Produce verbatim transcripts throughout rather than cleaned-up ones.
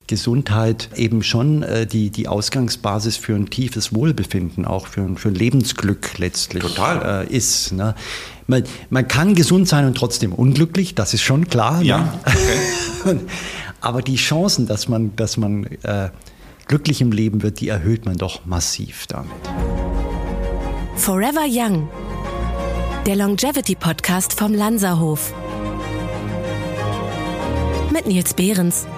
Gesundheit eben schon äh, die, die Ausgangsbasis für ein tiefes Wohlbefinden, auch für, für ein Lebensglück letztlich Total. Äh, ist. Ne? Man, man kann gesund sein und trotzdem unglücklich, das ist schon klar. Ja, ne? okay. Aber die Chancen, dass man, dass man äh, glücklich im Leben wird, die erhöht man doch massiv damit. Forever Young, der Longevity-Podcast vom Lanzerhof. Mit Nils Behrens.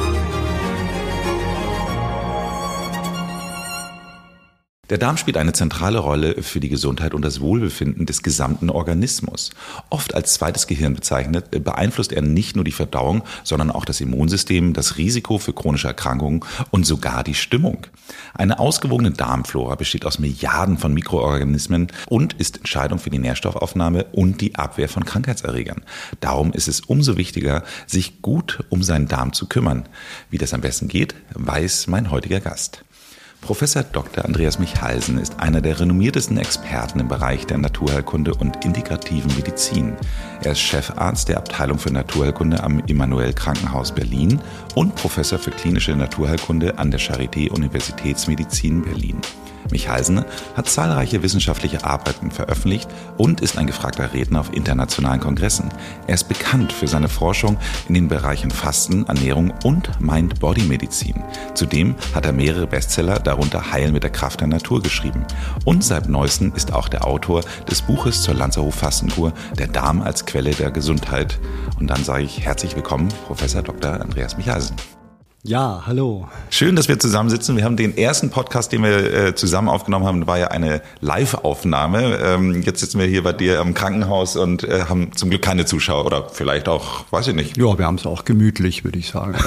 Der Darm spielt eine zentrale Rolle für die Gesundheit und das Wohlbefinden des gesamten Organismus. Oft als zweites Gehirn bezeichnet, beeinflusst er nicht nur die Verdauung, sondern auch das Immunsystem, das Risiko für chronische Erkrankungen und sogar die Stimmung. Eine ausgewogene Darmflora besteht aus Milliarden von Mikroorganismen und ist Entscheidung für die Nährstoffaufnahme und die Abwehr von Krankheitserregern. Darum ist es umso wichtiger, sich gut um seinen Darm zu kümmern. Wie das am besten geht, weiß mein heutiger Gast. Professor Doktor Andreas Michalsen ist einer der renommiertesten Experten im Bereich der Naturheilkunde und integrativen Medizin. Er ist Chefarzt der Abteilung für Naturheilkunde am Immanuel Krankenhaus Berlin und Professor für klinische Naturheilkunde an der Charité Universitätsmedizin Berlin. Michalsen hat zahlreiche wissenschaftliche Arbeiten veröffentlicht und ist ein gefragter Redner auf internationalen Kongressen. Er ist bekannt für seine Forschung in den Bereichen Fasten, Ernährung und Mind-Body-Medizin. Zudem hat er mehrere Bestseller, darunter Heilen mit der Kraft der Natur, geschrieben. Und seit neuestem ist auch der Autor des Buches zur Lanzerhof-Fastenkur, Der Darm als Quelle der Gesundheit. Und dann sage ich herzlich willkommen, Professor Doktor Andreas Michalsen. Ja, hallo. Schön, dass wir zusammensitzen. Wir haben den ersten Podcast, den wir äh, zusammen aufgenommen haben, war ja eine Live-Aufnahme. Ähm, jetzt sitzen wir hier bei dir am Krankenhaus und äh, haben zum Glück keine Zuschauer oder vielleicht auch, weiß ich nicht. Ja, wir haben es auch gemütlich, würde ich sagen.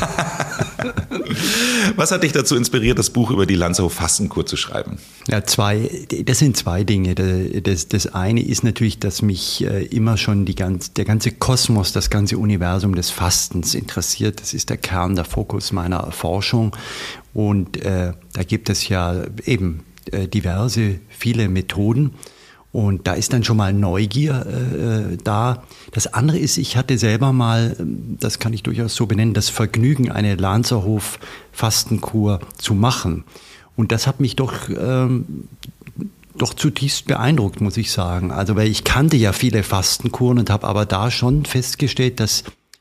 Was hat dich dazu inspiriert, das Buch über die Lanzerhof-Fastenkur zu schreiben? Ja, zwei, das sind zwei Dinge. Das, das eine ist natürlich, dass mich immer schon die ganz, der ganze Kosmos, das ganze Universum des Fastens interessiert. Das ist der Kern, der Fokus meiner Forschung. Und äh, da gibt es ja eben äh, diverse, viele Methoden. Und da ist dann schon mal Neugier äh, da. Das andere ist, ich hatte selber mal, das kann ich durchaus so benennen, das Vergnügen, eine Lanzerhof-Fastenkur zu machen. Und das hat mich doch, ähm, doch zutiefst beeindruckt, muss ich sagen. Also, weil ich kannte ja viele Fastenkuren und habe aber da schon festgestellt, dass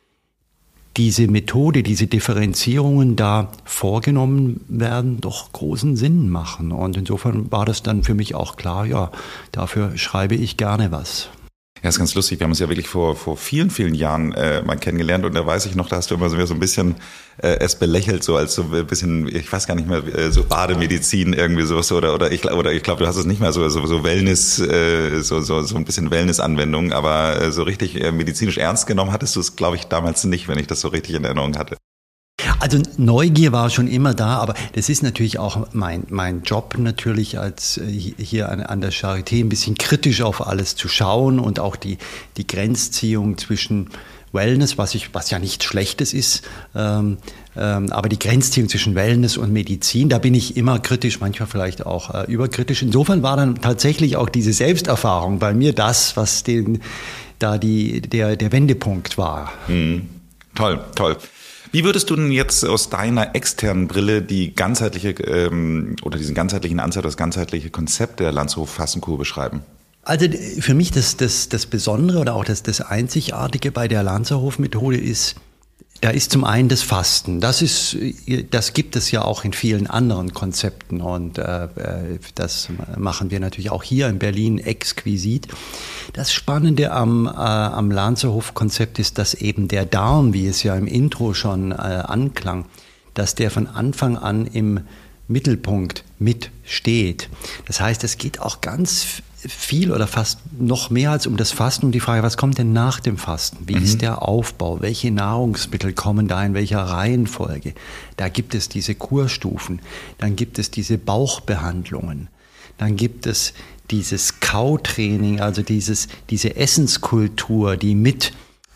diese Methode, diese Differenzierungen da vorgenommen werden, doch großen Sinn machen. Und insofern war das dann für mich auch klar, ja, dafür schreibe ich gerne was. Ja, ist ganz lustig. Wir haben uns ja wirklich vor vor vielen, vielen Jahren äh, mal kennengelernt und da weiß ich noch, da hast du immer so, so ein bisschen äh, es belächelt, so als so ein bisschen, ich weiß gar nicht mehr, äh, so Bademedizin irgendwie sowas oder oder ich oder ich glaube, du hast es nicht mehr so so, so Wellness, äh, so so so ein bisschen Wellness-Anwendung, aber äh, so richtig äh, medizinisch ernst genommen hattest du es, glaube ich, damals nicht, wenn ich das so richtig in Erinnerung hatte. Also Neugier war schon immer da, aber das ist natürlich auch mein mein Job natürlich als hier an, an der Charité ein bisschen kritisch auf alles zu schauen und auch die die Grenzziehung zwischen Wellness, was ich was ja nichts Schlechtes ist, ähm, ähm, aber die Grenzziehung zwischen Wellness und Medizin, da bin ich immer kritisch, manchmal vielleicht auch äh, überkritisch. Insofern war dann tatsächlich auch diese Selbsterfahrung bei mir das, was den da die der der Wendepunkt war. Mhm. Toll, toll. Wie würdest du denn jetzt aus deiner externen Brille die ganzheitliche ähm, oder diesen ganzheitlichen Ansatz, das ganzheitliche Konzept der Lanzerhof-Fastenkur beschreiben? Also für mich das, das, das Besondere oder auch das, das Einzigartige bei der Lanzerhof-Methode ist, da ist zum einen das Fasten. Das ist, das gibt es ja auch in vielen anderen Konzepten und äh, das machen wir natürlich auch hier in Berlin exquisit. Das Spannende am, äh, am Lanzerhof-Konzept ist, dass eben der Darm, wie es ja im Intro schon äh, anklang, dass der von Anfang an im Mittelpunkt mitsteht. Das heißt, es geht auch ganz viel oder fast noch mehr als um das Fasten, um die Frage, was kommt denn nach dem Fasten? Wie mhm. ist der Aufbau? Welche Nahrungsmittel kommen da in welcher Reihenfolge? Da gibt es diese Kurstufen, dann gibt es diese Bauchbehandlungen, dann gibt es dieses Kautraining, also dieses, diese Essenskultur, die mit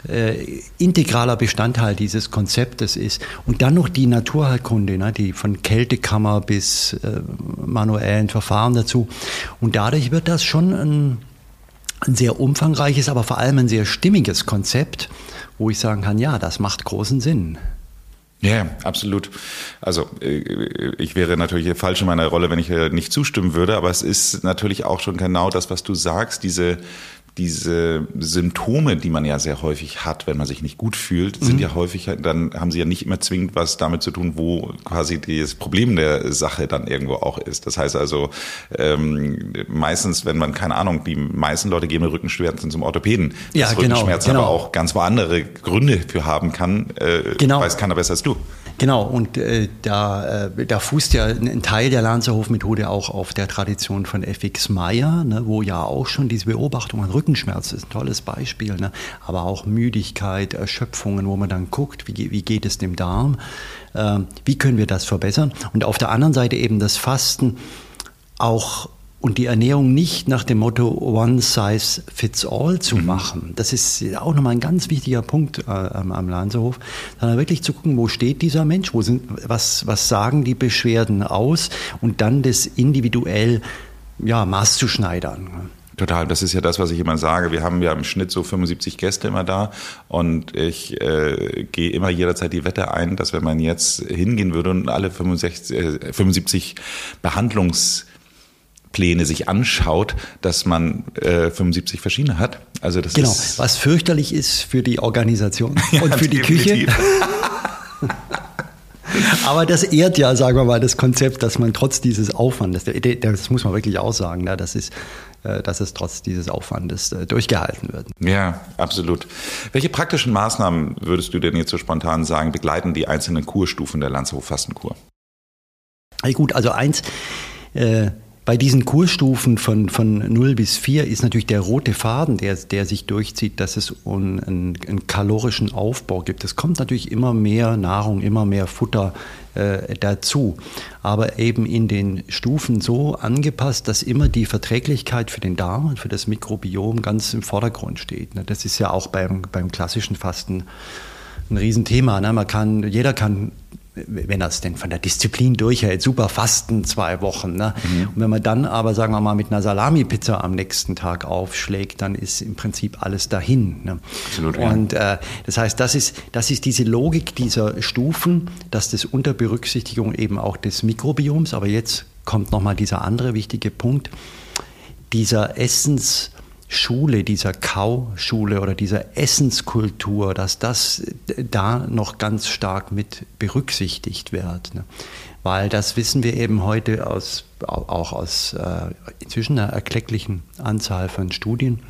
Äh, integraler Bestandteil dieses Konzeptes ist. Und dann noch die Naturheilkunde, ne, die von Kältekammer bis äh, manuellen Verfahren dazu. Und dadurch wird das schon ein, ein sehr umfangreiches, aber vor allem ein sehr stimmiges Konzept, wo ich sagen kann, ja, das macht großen Sinn. Ja, yeah, absolut. Also ich wäre natürlich hier falsch in meiner Rolle, wenn ich nicht zustimmen würde, aber es ist natürlich auch schon genau das, was du sagst, diese diese Symptome, die man ja sehr häufig hat, wenn man sich nicht gut fühlt, sind mhm. ja häufig, dann haben sie ja nicht immer zwingend was damit zu tun, wo quasi das Problem der Sache dann irgendwo auch ist. Das heißt also, ähm, meistens, wenn man, keine Ahnung, die meisten Leute gehen mit Rückenschmerzen zum Orthopäden. Ja, dass genau, Rückenschmerzen genau. aber auch ganz wo andere Gründe für haben kann, äh, genau. weiß keiner besser als du. Genau, und äh, da, äh, da fußt ja ein Teil der Lanzerhof-Methode auch auf der Tradition von F X Meyer, ne, wo ja auch schon diese Beobachtung an Rückenschmerzen ist ein tolles Beispiel, ne, aber auch Müdigkeit, Erschöpfungen, wo man dann guckt, wie, wie geht es dem Darm, äh, wie können wir das verbessern. Und auf der anderen Seite eben das Fasten auch und die Ernährung nicht nach dem Motto One Size Fits All zu machen. Das ist auch nochmal ein ganz wichtiger Punkt äh, am, am Lanzerhof, sondern wirklich zu gucken, wo steht dieser Mensch, wo sind, was, was sagen die Beschwerden aus und dann das individuell ja, maßzuschneidern. Total, das ist ja das, was ich immer sage. Wir haben ja im Schnitt so fünfundsiebzig Gäste immer da und ich äh, gehe immer jederzeit die Wette ein, dass wenn man jetzt hingehen würde und alle fünfundsechzig, äh, fünfundsiebzig Behandlungs Pläne sich anschaut, dass man äh, fünfundsiebzig verschiedene hat. Also das genau, ist was fürchterlich ist für die Organisation ja, und für die Küche. Aber das ehrt ja, sagen wir mal, das Konzept, dass man trotz dieses Aufwandes, das muss man wirklich auch sagen, das ist, dass es trotz dieses Aufwandes durchgehalten wird. Ja, absolut. Welche praktischen Maßnahmen würdest du denn jetzt so spontan sagen, begleiten die einzelnen Kurstufen der Lanzerhof-Fastenkur? Hey, gut, also eins, äh, bei diesen Kurstufen von, von null bis vier ist natürlich der rote Faden, der, der sich durchzieht, dass es einen, einen kalorischen Aufbau gibt. Es kommt natürlich immer mehr Nahrung, immer mehr Futter äh, dazu, aber eben in den Stufen so angepasst, dass immer die Verträglichkeit für den Darm und für das Mikrobiom ganz im Vordergrund steht. Das ist ja auch beim, beim klassischen Fasten ein Riesenthema. Man kann, jeder kann, wenn er es denn von der Disziplin durchhält, super fasten zwei Wochen. Ne? Mhm. Und wenn man dann aber, sagen wir mal, mit einer Salami-Pizza am nächsten Tag aufschlägt, dann ist im Prinzip alles dahin. Ne? Absolut, ja. Und äh, das heißt, das ist, das ist diese Logik dieser Stufen, dass das unter Berücksichtigung eben auch des Mikrobioms, aber jetzt kommt nochmal dieser andere wichtige Punkt, dieser Essens- Schule, dieser Kauschule oder dieser Essenskultur, dass das da noch ganz stark mit berücksichtigt wird. Ne? Weil das wissen wir eben heute aus, auch aus äh, inzwischen einer erklecklichen Anzahl von Studien,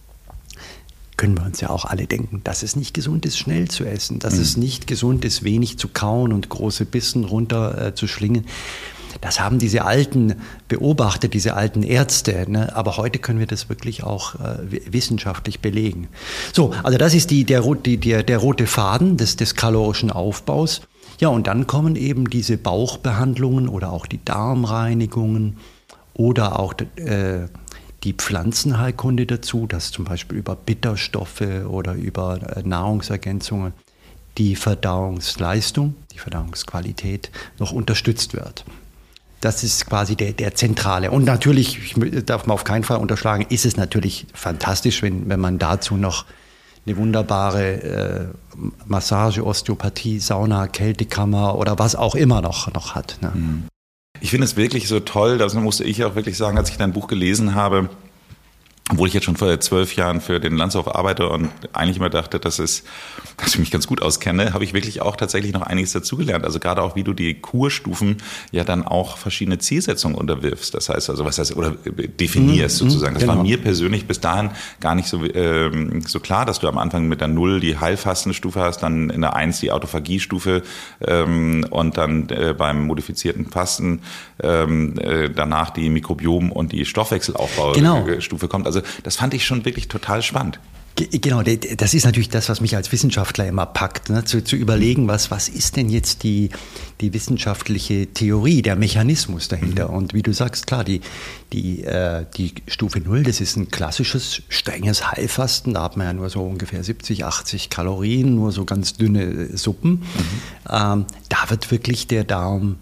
können wir uns ja auch alle denken, dass es nicht gesund ist, schnell zu essen, dass mhm. es nicht gesund ist, wenig zu kauen und große Bissen runter äh, zu schlingen. Das haben diese Alten beobachtet, diese alten Ärzte, ne? Aber heute können wir das wirklich auch äh, wissenschaftlich belegen. So, also das ist die, der, die, der, der rote Faden des, des kalorischen Aufbaus. Ja, und dann kommen eben diese Bauchbehandlungen oder auch die Darmreinigungen oder auch äh, die Pflanzenheilkunde dazu, dass zum Beispiel über Bitterstoffe oder über äh, Nahrungsergänzungen die Verdauungsleistung, die Verdauungsqualität noch unterstützt wird. Das ist quasi der, der zentrale. Und natürlich, ich darf man auf keinen Fall unterschlagen, ist es natürlich fantastisch, wenn, wenn man dazu noch eine wunderbare äh, Massage, Osteopathie, Sauna, Kältekammer oder was auch immer noch, noch hat. Ne? Ich finde es wirklich so toll, das musste ich auch wirklich sagen, als ich dein Buch gelesen habe, obwohl ich jetzt schon vor zwölf Jahren für den Lanzerhof arbeite und eigentlich immer dachte, dass, es, dass ich mich ganz gut auskenne, habe ich wirklich auch tatsächlich noch einiges dazugelernt. Also gerade auch, wie du die Kurstufen ja dann auch verschiedene Zielsetzungen unterwirfst. Das heißt also, was heißt, oder definierst mhm, sozusagen. Das genau. war mir persönlich bis dahin gar nicht so, ähm, so klar, dass du am Anfang mit der Null die Heilfastenstufe hast, dann in der Eins die Autophagiestufe ähm, und dann äh, beim modifizierten Fasten ähm, äh, danach die Mikrobiom- und die Stoffwechselaufbaustufe genau. kommt. Also das fand ich schon wirklich total spannend. Genau, das ist natürlich das, was mich als Wissenschaftler immer packt, ne? zu, zu überlegen, was, was ist denn jetzt die, die wissenschaftliche Theorie, der Mechanismus dahinter. Mhm. Und wie du sagst, klar, die, die, äh, die Stufe Null, das ist ein klassisches, strenges Heilfasten, da hat man ja nur so ungefähr siebzig, achtzig Kalorien, nur so ganz dünne Suppen. Mhm. Ähm, da wird wirklich der Darm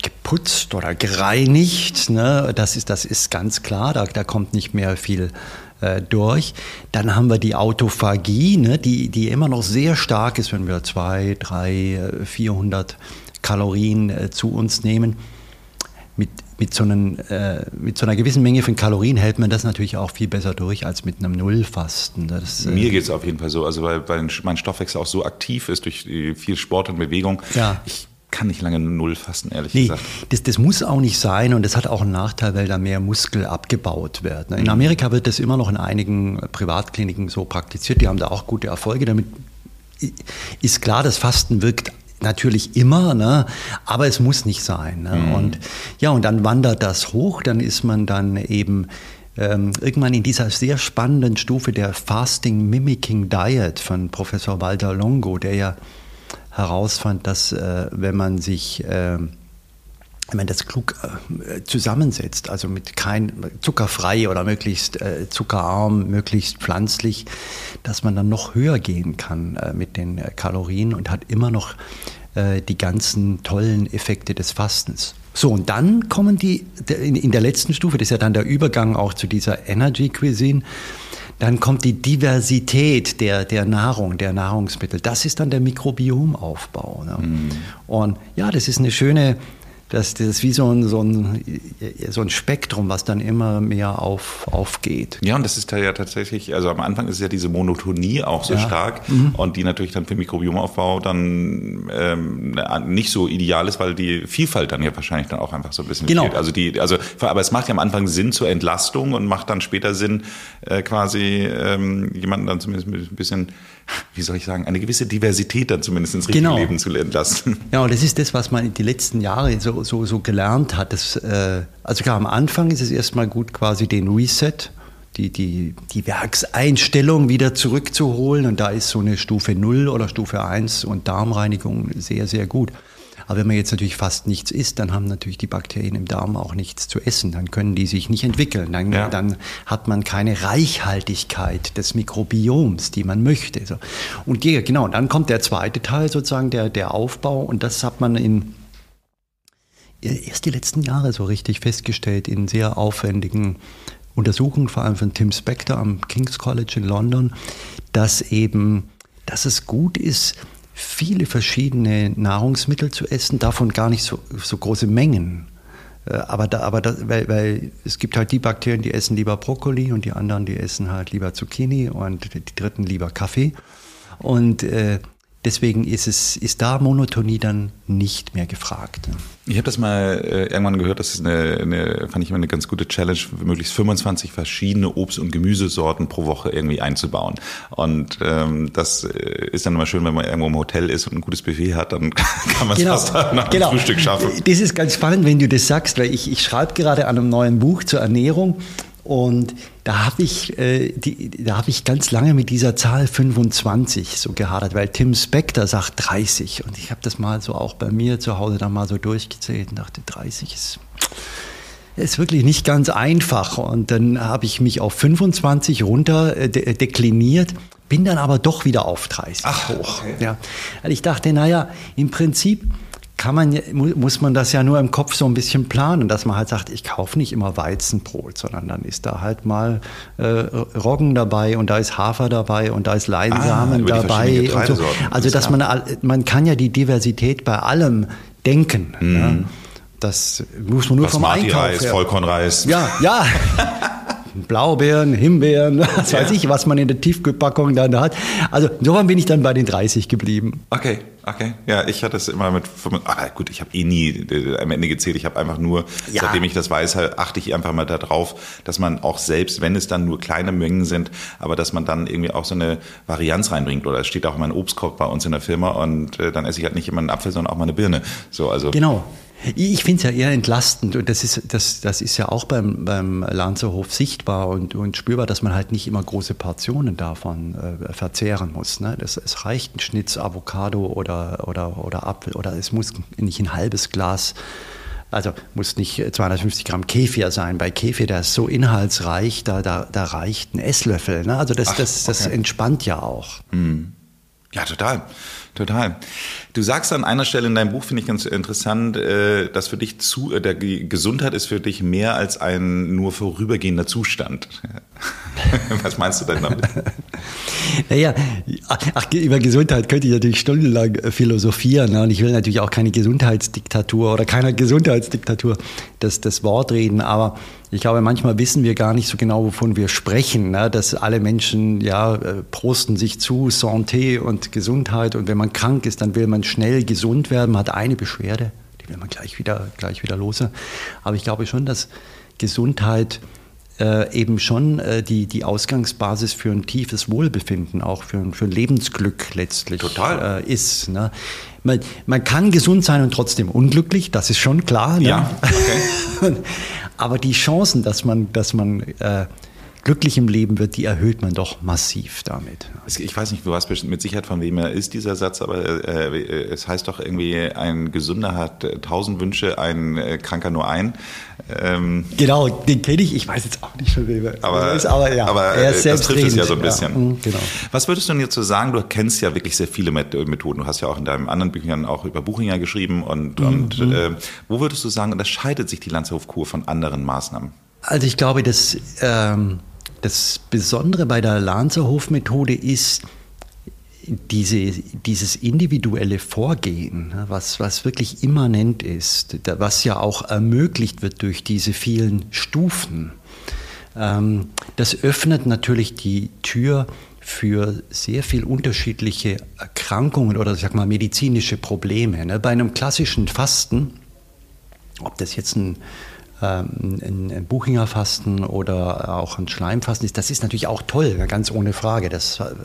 geputzt oder gereinigt, ne? Das ist, das ist ganz klar, da, da kommt nicht mehr viel äh, durch. Dann haben wir die Autophagie, ne, die, die immer noch sehr stark ist, wenn wir zwei, drei, vierhundert Kalorien äh, zu uns nehmen. Mit, mit, so einen, äh, mit so einer gewissen Menge von Kalorien hält man das natürlich auch viel besser durch als mit einem Nullfasten. Das, äh Mir geht es auf jeden Fall so, also weil, weil mein Stoffwechsel auch so aktiv ist durch viel Sport und Bewegung. Ja. Ich kann nicht lange Null fasten, ehrlich nee, gesagt. Das, das muss auch nicht sein und das hat auch einen Nachteil, weil da mehr Muskel abgebaut wird. In Amerika wird das immer noch in einigen Privatkliniken so praktiziert, die haben da auch gute Erfolge. Damit ist klar, das Fasten wirkt natürlich immer, ne? Aber es muss nicht sein. Ne? Mhm. Und ja, und dann wandert das hoch, dann ist man dann eben ähm, irgendwann in dieser sehr spannenden Stufe der Fasting Mimicking Diet von Professor Walter Longo, der ja herausfand, dass äh, wenn man sich, äh, wenn man das klug äh, zusammensetzt, also mit kein zuckerfrei oder möglichst äh, zuckerarm, möglichst pflanzlich, dass man dann noch höher gehen kann äh, mit den äh, Kalorien und hat immer noch äh, die ganzen tollen Effekte des Fastens. So, und dann kommen die, in, in der letzten Stufe, das ist ja dann der Übergang auch zu dieser Energy Cuisine, dann kommt die Diversität der, der Nahrung, der Nahrungsmittel. Das ist dann der Mikrobiomaufbau. Ne? Mm. Und ja, das ist eine schöne, das, das ist wie so ein, so, ein, so ein Spektrum, was dann immer mehr auf, aufgeht. Ja, und das ist da ja tatsächlich, also am Anfang ist ja diese Monotonie auch so ja. stark mhm. und die natürlich dann für Mikrobiomaufbau dann ähm, nicht so ideal ist, weil die Vielfalt dann ja wahrscheinlich dann auch einfach so ein bisschen genau. fehlt. Also die, also, aber es macht ja am Anfang Sinn zur Entlastung und macht dann später Sinn, äh, quasi ähm, jemanden dann zumindest mit ein bisschen, wie soll ich sagen, eine gewisse Diversität dann zumindest ins richtige genau. Leben zu entlasten. Ja, und das ist das, was man die letzten Jahre so, so, so gelernt hat. Das, äh, also klar, am Anfang ist es erstmal gut, quasi den Reset, die, die, die Werkseinstellung wieder zurückzuholen. Und da ist so eine Stufe null oder Stufe eins und Darmreinigung sehr, sehr gut. Aber wenn man jetzt natürlich fast nichts isst, dann haben natürlich die Bakterien im Darm auch nichts zu essen. Dann können die sich nicht entwickeln. Dann, ja. dann hat man keine Reichhaltigkeit des Mikrobioms, die man möchte. So. Und ja, genau, dann kommt der zweite Teil sozusagen, der, der Aufbau. Und das hat man in erst die letzten Jahre so richtig festgestellt, in sehr aufwendigen Untersuchungen, vor allem von Tim Spector am King's College in London, dass eben, dass es gut ist, viele verschiedene Nahrungsmittel zu essen, davon gar nicht so, so große Mengen. Aber, da, aber da, weil, weil es gibt halt die Bakterien, die essen lieber Brokkoli und die anderen, die essen halt lieber Zucchini und die dritten lieber Kaffee. Und äh, deswegen ist es, ist da Monotonie dann nicht mehr gefragt. Ich habe das mal äh, irgendwann gehört, das ist eine, eine, fand ich immer eine ganz gute Challenge, möglichst fünfundzwanzig verschiedene Obst- und Gemüsesorten pro Woche irgendwie einzubauen. Und ähm, das ist dann immer schön, wenn man irgendwo im Hotel ist und ein gutes Buffet hat, dann kann man es genau. fast nach genau. dem Frühstück schaffen. Das ist ganz spannend, wenn du das sagst, weil ich, ich schreibe gerade an einem neuen Buch zur Ernährung. Und da habe ich, äh, die, da habe ich ganz lange mit dieser Zahl fünfundzwanzig so gehadert, weil Tim Spector sagt dreißig. Und ich habe das mal so auch bei mir zu Hause dann mal so durchgezählt und dachte, dreißig ist, ist wirklich nicht ganz einfach. Und dann habe ich mich auf fünfundzwanzig runter äh, de- dekliniert, bin dann aber doch wieder auf dreißig Ach, hoch. okay. Ja. Und ich dachte, naja, im Prinzip kann man, muss man das ja nur im Kopf so ein bisschen planen, dass man halt sagt, ich kaufe nicht immer Weizenbrot, sondern dann ist da halt mal äh, Roggen dabei und da ist Hafer dabei und da ist Leinsamen ah, dabei. Und so. Also dass man, man kann ja die Diversität bei allem denken. Mhm. Ja. Das muss man nur vom Einkauf Reis, her. Vollkornreis. Ja, ja. Blaubeeren, Himbeeren, was ja. weiß ich, was man in der Tiefkühlpackung dann hat. Also insofern bin ich dann bei den dreißig geblieben. Okay, okay. Ja, ich hatte es immer mit fünfundzwanzig. Ah, gut, ich habe eh nie äh, am Ende gezählt. Ich habe einfach nur, ja. seitdem ich das weiß, achte ich einfach mal darauf, dass man auch selbst, wenn es dann nur kleine Mengen sind, aber dass man dann irgendwie auch so eine Varianz reinbringt. Oder es steht auch immer ein Obstkorb bei uns in der Firma und äh, dann esse ich halt nicht immer einen Apfel, sondern auch mal eine Birne. So, also genau. Ich finde es ja eher entlastend und das ist, das, das ist ja auch beim, beim Lanzerhof sichtbar und, und spürbar, dass man halt nicht immer große Portionen davon äh, verzehren muss. Ne? Das, es reicht ein Schnitz Avocado oder, oder, oder Apfel oder es muss nicht ein halbes Glas, also muss nicht zweihundertfünfzig Gramm Kefir sein. Bei Kefir, der ist so inhaltsreich, da, da, da reicht ein Esslöffel. Ne? Also das, Ach, das, das okay. entspannt ja auch. Mhm. Ja, total. Total. Du sagst an einer Stelle in deinem Buch, finde ich ganz interessant, dass für dich zu, der Gesundheit ist für dich mehr als ein nur vorübergehender Zustand. Was meinst du denn damit? Naja, ach, über Gesundheit könnte ich natürlich stundenlang philosophieren. Und ich will natürlich auch keine Gesundheitsdiktatur oder keiner Gesundheitsdiktatur das, das Wort reden. Aber ich glaube, manchmal wissen wir gar nicht so genau, wovon wir sprechen. Ne? Dass alle Menschen ja prosten sich zu Santé und Gesundheit. Und wenn man krank ist, dann will man schnell gesund werden. Man hat eine Beschwerde, die will man gleich wieder, gleich wieder los. Aber ich glaube schon, dass Gesundheit Äh, eben schon äh, die, die Ausgangsbasis für ein tiefes Wohlbefinden, auch für, für ein Lebensglück letztlich Total. Äh, ist. Ne? Man, man kann gesund sein und trotzdem unglücklich, das ist schon klar. Ne? Ja, okay. Aber die Chancen, dass man, dass man äh, glücklich im Leben wird, die erhöht man doch massiv damit. Ich weiß nicht, du weißt mit Sicherheit, von wem er ist, dieser Satz, aber äh, es heißt doch irgendwie, ein Gesunder hat tausend Wünsche, ein äh, Kranker nur ein. Ähm, genau, den kenne ich, ich weiß jetzt auch nicht, von wem er aber, ist, aber ja, aber er ist das trifft es ja so ein bisschen. Ja, genau. Was würdest du denn jetzt so sagen? Du kennst ja wirklich sehr viele Methoden. Du hast ja auch in deinen anderen Büchern auch über Buchinger geschrieben und, mhm. und äh, wo würdest du sagen, unterscheidet sich die Lanzerhof-Kur von anderen Maßnahmen? Also ich glaube, dass ähm, das Besondere bei der Lanzerhof-Methode ist diese, dieses individuelle Vorgehen, was, was wirklich immanent ist, was ja auch ermöglicht wird durch diese vielen Stufen. Das öffnet natürlich die Tür für sehr viel unterschiedliche Erkrankungen oder sag mal medizinische Probleme. Bei einem klassischen Fasten, ob das jetzt ein ein, ein Buchinger Fasten oder auch ein Schleimfasten ist, das ist natürlich auch toll, ganz ohne Frage. Das äh,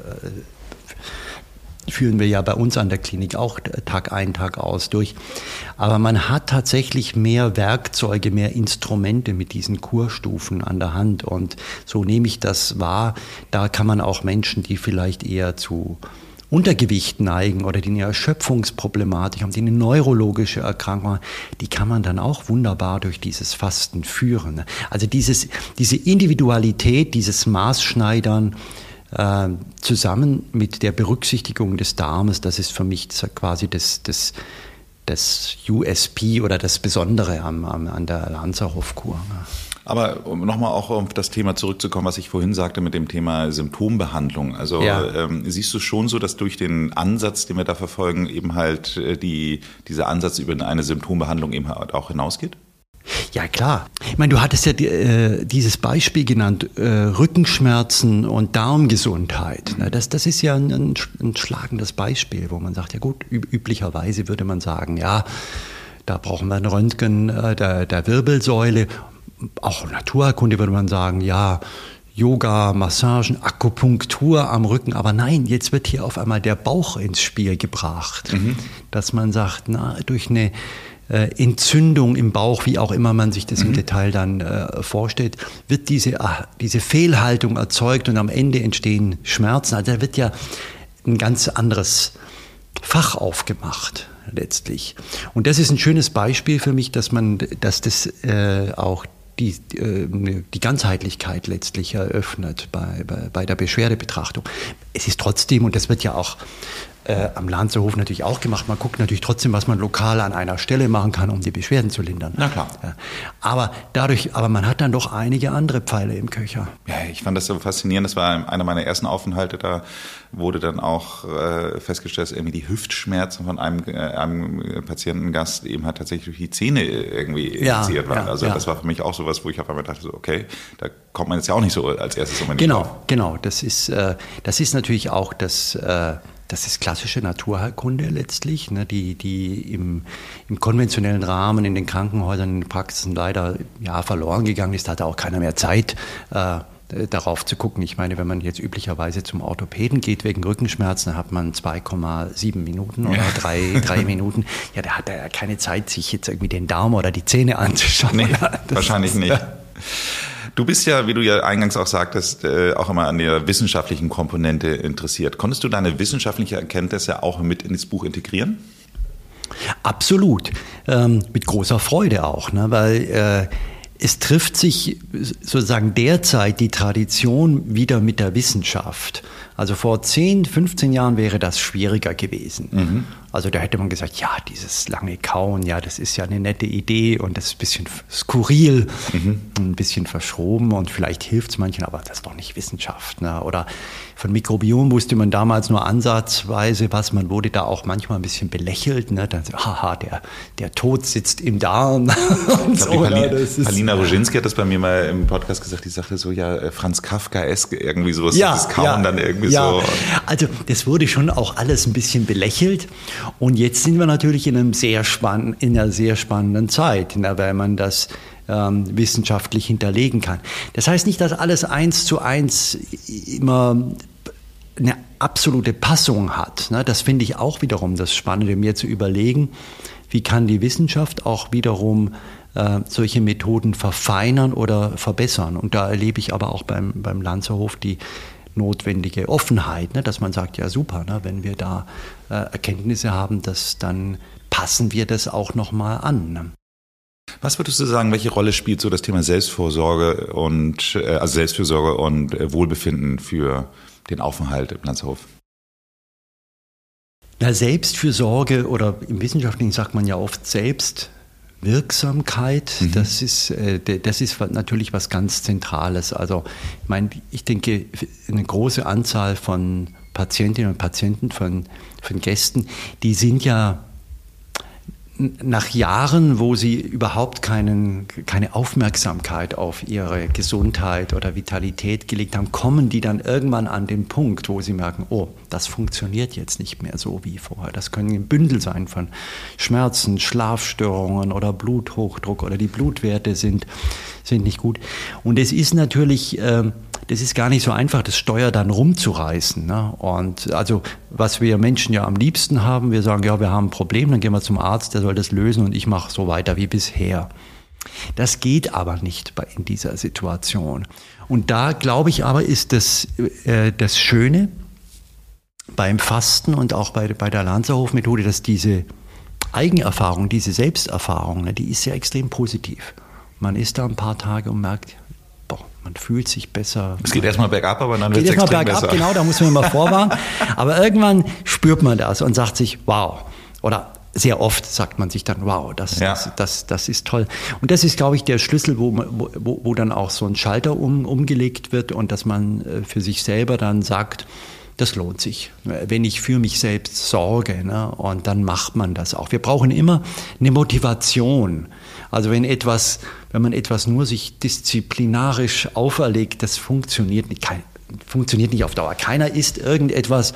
führen wir ja bei uns an der Klinik auch Tag ein, Tag aus durch. Aber man hat tatsächlich mehr Werkzeuge, mehr Instrumente mit diesen Kurstufen an der Hand. Und so nehme ich das wahr. Da kann man auch Menschen, die vielleicht eher zu Untergewicht neigen oder die eine Erschöpfungsproblematik haben, die eine neurologische Erkrankung haben, die kann man dann auch wunderbar durch dieses Fasten führen. Also dieses, diese Individualität, dieses Maßschneidern äh, zusammen mit der Berücksichtigung des Darmes, das ist für mich quasi das, das, das U S P oder das Besondere am, am, an der Lanzerhof-Kur. Aber um nochmal auch auf das Thema zurückzukommen, was ich vorhin sagte mit dem Thema Symptombehandlung. Also ja. ähm, siehst du schon so, dass durch den Ansatz, den wir da verfolgen, eben halt die, dieser Ansatz über eine Symptombehandlung eben halt auch hinausgeht? Ja, klar. Ich meine, du hattest ja die, äh, dieses Beispiel genannt, äh, Rückenschmerzen und Darmgesundheit. Mhm. Das, das ist ja ein, ein, ein schlagendes Beispiel, wo man sagt, ja gut, üb- üblicherweise würde man sagen, ja, da brauchen wir ein Röntgen äh, der, der Wirbelsäule. Auch Naturheilkunde würde man sagen, ja, Yoga, Massagen, Akupunktur am Rücken. Aber nein, jetzt wird hier auf einmal der Bauch ins Spiel gebracht. Mhm. Dass man sagt, na, durch eine äh, Entzündung im Bauch, wie auch immer man sich das mhm. im Detail dann äh, vorstellt, wird diese, ah, diese Fehlhaltung erzeugt und am Ende entstehen Schmerzen. Also da wird ja ein ganz anderes Fach aufgemacht letztlich. Und das ist ein schönes Beispiel für mich, dass man, dass das äh, auch Die, die Ganzheitlichkeit letztlich eröffnet bei, bei, bei der Beschwerdebetrachtung. Es ist trotzdem, und das wird ja auch äh, am Lanzerhof natürlich auch gemacht, man guckt natürlich trotzdem, was man lokal an einer Stelle machen kann, um die Beschwerden zu lindern. Na klar. Ja. Aber dadurch, aber man hat dann doch einige andere Pfeile im Köcher. Ja, ich fand das so faszinierend. Das war einer meiner ersten Aufenthalte. Da wurde dann auch äh, festgestellt, dass irgendwie die Hüftschmerzen von einem, äh, einem Patientengast eben halt tatsächlich durch die Zähne irgendwie injiziert ja, waren. Ja, also ja. Das war für mich auch sowas, wo ich auf einmal dachte, so, okay, da kommt man jetzt ja auch nicht so als erstes um in den Genau, Kopf. genau. Das ist, äh, das ist natürlich auch das, äh, das ist klassische Naturheilkunde letztlich, ne, die, die im, im konventionellen Rahmen in den Krankenhäusern, in den Praxen leider ja, verloren gegangen ist. Da hatte auch keiner mehr Zeit, äh, darauf zu gucken. Ich meine, wenn man jetzt üblicherweise zum Orthopäden geht wegen Rückenschmerzen, dann hat man zwei Komma sieben Minuten oder drei, drei Minuten. Ja, da hat er ja keine Zeit, sich jetzt irgendwie den Darm oder die Zähne anzuschauen. Nee, wahrscheinlich ist, nicht. Du bist ja, wie du ja eingangs auch sagtest, auch immer an der wissenschaftlichen Komponente interessiert. Konntest du deine wissenschaftliche Erkenntnisse auch mit ins Buch integrieren? Absolut. Ähm, mit großer Freude auch, ne? Weil äh, es trifft sich sozusagen derzeit die Tradition wieder mit der Wissenschaft. Also vor zehn, fünfzehn Jahren wäre das schwieriger gewesen. Mhm. Also da hätte man gesagt, ja, dieses lange Kauen, ja, das ist ja eine nette Idee und das ist ein bisschen skurril, mhm. ein bisschen verschroben und vielleicht hilft es manchen, aber das ist doch nicht Wissenschaft. Ne? Oder von Mikrobiom wusste man damals nur ansatzweise was, man wurde da auch manchmal ein bisschen belächelt. Ne? Dann so, haha, der, der Tod sitzt im Darm. Ich glaube, so, Pali- ja, Palina Roginski hat das bei mir mal im Podcast gesagt, die sagte so, ja, Franz Kafkaesk, irgendwie sowas, ja, das Kauen ja, dann irgendwie ja. so. Also das wurde schon auch alles ein bisschen belächelt. Und jetzt sind wir natürlich in, einem sehr spann- in einer sehr spannenden Zeit, ne, weil man das ähm, wissenschaftlich hinterlegen kann. Das heißt nicht, dass alles eins zu eins immer eine absolute Passung hat. Ne? Das finde ich auch wiederum das Spannende, mir zu überlegen, wie kann die Wissenschaft auch wiederum äh, solche Methoden verfeinern oder verbessern. Und da erlebe ich aber auch beim, beim Lanzerhof die notwendige Offenheit, ne, dass man sagt, ja super, ne, wenn wir da äh, Erkenntnisse haben, dass, dann passen wir das auch nochmal an. Ne. Was würdest du sagen, welche Rolle spielt so das Thema Selbstvorsorge und äh, also Selbstfürsorge und äh, Wohlbefinden für den Aufenthalt im Lanzerhof? Na, Selbstfürsorge oder im Wissenschaftlichen sagt man ja oft Selbst Wirksamkeit, mhm. das ist, äh, das ist natürlich was ganz Zentrales. Also ich meine, ich denke, eine große Anzahl von Patientinnen und Patienten, von, von Gästen, die sind ja nach Jahren, wo sie überhaupt keinen, keine Aufmerksamkeit auf ihre Gesundheit oder Vitalität gelegt haben, kommen die dann irgendwann an den Punkt, wo sie merken, oh, das funktioniert jetzt nicht mehr so wie vorher. Das können ein Bündel sein von Schmerzen, Schlafstörungen oder Bluthochdruck oder die Blutwerte sind, sind nicht gut. Und es ist natürlich, äh, das ist gar nicht so einfach, das Steuer dann rumzureißen. Ne? Und also, was wir Menschen ja am liebsten haben, wir sagen, ja, wir haben ein Problem, dann gehen wir zum Arzt, der soll das lösen und ich mache so weiter wie bisher. Das geht aber nicht bei, in dieser Situation. Und da, glaube ich aber, ist das, äh, das Schöne beim Fasten und auch bei, bei der Lanzerhof-Methode, dass diese Eigenerfahrung, diese Selbsterfahrung, ne, die ist ja extrem positiv. Man ist da ein paar Tage und merkt, boah, man fühlt sich besser. Es geht erstmal bergab, aber dann wird es extrem bergab, besser. Genau, da muss man immer vorwarnen. Aber irgendwann spürt man das und sagt sich, wow. Oder sehr oft sagt man sich dann, wow, das, ja. das, das, das ist toll. Und das ist, glaube ich, der Schlüssel, wo, wo, wo dann auch so ein Schalter um, umgelegt wird und dass man für sich selber dann sagt, das lohnt sich, wenn ich für mich selbst sorge. Ne? Und dann macht man das auch. Wir brauchen immer eine Motivation. Also wenn etwas, wenn man etwas nur sich disziplinarisch auferlegt, das funktioniert nicht, kein, funktioniert nicht auf Dauer. Keiner isst irgendetwas,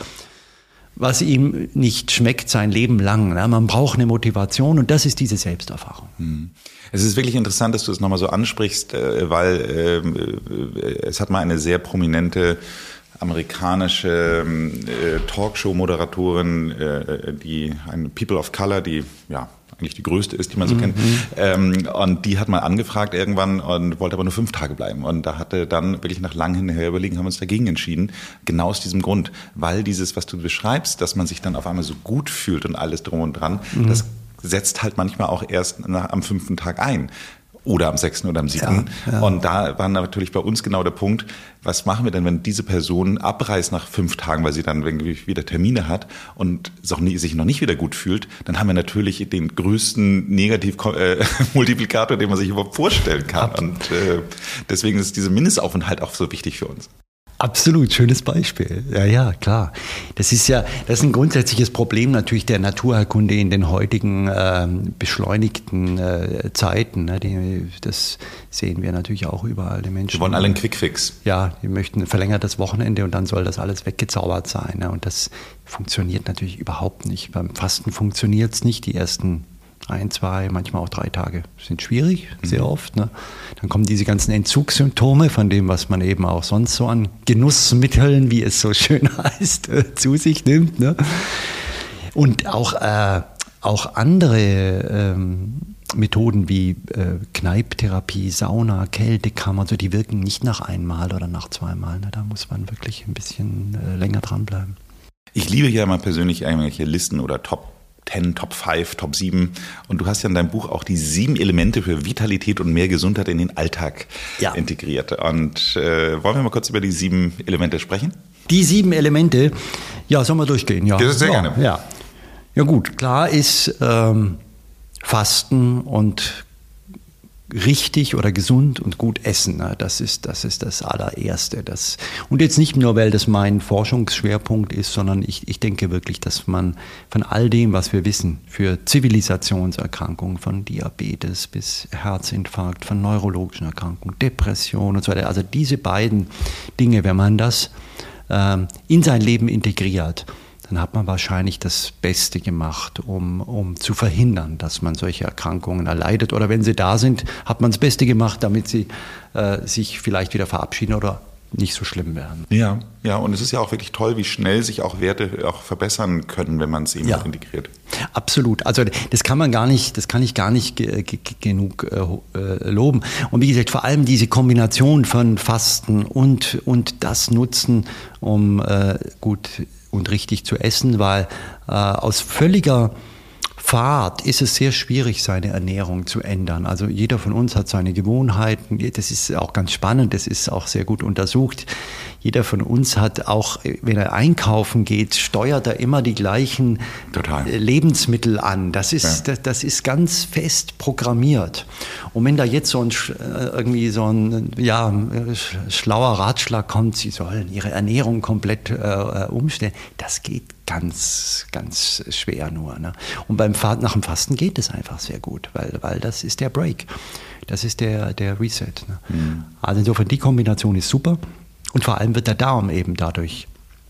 was ihm nicht schmeckt sein Leben lang. Ne? Man braucht eine Motivation und das ist diese Selbsterfahrung. Hm. Es ist wirklich interessant, dass du es nochmal so ansprichst, weil äh, es hat mal eine sehr prominente amerikanische äh, Talkshow-Moderatorin, äh, die eine People of Color, die ja eigentlich die größte ist, die man so mhm. kennt. Ähm, und die hat mal angefragt irgendwann und wollte aber nur fünf Tage bleiben. Und da hatte dann wirklich nach langem hinher überlegen, haben wir uns dagegen entschieden. Genau aus diesem Grund. Weil dieses, was du beschreibst, dass man sich dann auf einmal so gut fühlt und alles drum und dran, mhm. das setzt halt manchmal auch erst nach, am fünften Tag ein. Oder am sechsten oder am siebten Ja, ja. Und da war natürlich bei uns genau der Punkt, was machen wir denn, wenn diese Person abreist nach fünf Tagen, weil sie dann irgendwie wieder Termine hat und sich noch nicht wieder gut fühlt, dann haben wir natürlich den größten Negativ-Multiplikator, den man sich überhaupt vorstellen kann. Ab. Und äh, deswegen ist dieser Mindestaufenthalt auch so wichtig für uns. Absolut, schönes Beispiel. Ja, ja, klar. Das ist ja, das ist ein grundsätzliches Problem natürlich der Naturheilkunde in den heutigen ähm, beschleunigten äh, Zeiten. Ne? Die, das sehen wir natürlich auch überall. Die Menschen. Die wollen alle einen Quickfix. Ja, die möchten ein verlängertes Wochenende und dann soll das alles weggezaubert sein. Ne? Und das funktioniert natürlich überhaupt nicht. Beim Fasten funktioniert es nicht. Die ersten ein, zwei, manchmal auch drei Tage sind schwierig, sehr oft. Ne? Dann kommen diese ganzen Entzugssymptome von dem, was man eben auch sonst so an Genussmitteln, wie es so schön heißt, zu sich nimmt. Ne? Und auch, äh, auch andere ähm, Methoden wie äh, Kneipptherapie, Sauna, Kältekammer, also die wirken nicht nach einmal oder nach zweimal. Ne? Da muss man wirklich ein bisschen äh, länger dranbleiben. Ich liebe ja mal persönlich irgendwelche Listen oder Top zehn, Top fünf, Top sieben. Und du hast ja in deinem Buch auch die sieben Elemente für Vitalität und mehr Gesundheit in den Alltag ja. integriert. Und äh, wollen wir mal kurz über die sieben Elemente sprechen? Die sieben Elemente, ja, sollen wir durchgehen? Ja, ja sehr ja, gerne. Ja. ja gut, klar ist ähm, Fasten und richtig oder gesund und gut essen. Ne? Das ist, das ist das allererste. Das, und jetzt nicht nur, weil das mein Forschungsschwerpunkt ist, sondern ich, ich denke wirklich, dass man von all dem, was wir wissen, für Zivilisationserkrankungen, von Diabetes bis Herzinfarkt, von neurologischen Erkrankungen, Depression und so weiter, also diese beiden Dinge, wenn man das ähm, in sein Leben integriert, dann hat man wahrscheinlich das Beste gemacht, um, um zu verhindern, dass man solche Erkrankungen erleidet. Oder wenn sie da sind, hat man das Beste gemacht, damit sie äh, sich vielleicht wieder verabschieden oder nicht so schlimm werden. Ja, ja, und es ist ja auch wirklich toll, wie schnell sich auch Werte auch verbessern können, wenn man es eben ja. integriert. Absolut. Also das kann man gar nicht, das kann ich gar nicht ge- ge- genug äh, loben. Und wie gesagt, vor allem diese Kombination von Fasten und, und das Nutzen, um äh, gut und richtig zu essen, weil äh, aus völliger Fahrt ist es sehr schwierig, seine Ernährung zu ändern. Also jeder von uns hat seine Gewohnheiten. Das ist auch ganz spannend, das ist auch sehr gut untersucht. Jeder von uns hat auch, wenn er einkaufen geht, steuert er immer die gleichen Total. Lebensmittel an. Das ist, ja. das, das ist ganz fest programmiert. Und wenn da jetzt so ein, irgendwie so ein ja, schlauer Ratschlag kommt, Sie sollen Ihre Ernährung komplett äh, umstellen, das geht ganz, ganz schwer nur. Ne? Und beim nach dem Fasten geht es einfach sehr gut, weil, weil das ist der Break. Das ist der, der Reset. Ne? Mhm. Also insofern, die Kombination ist super. Und vor allem wird der Darm eben dadurch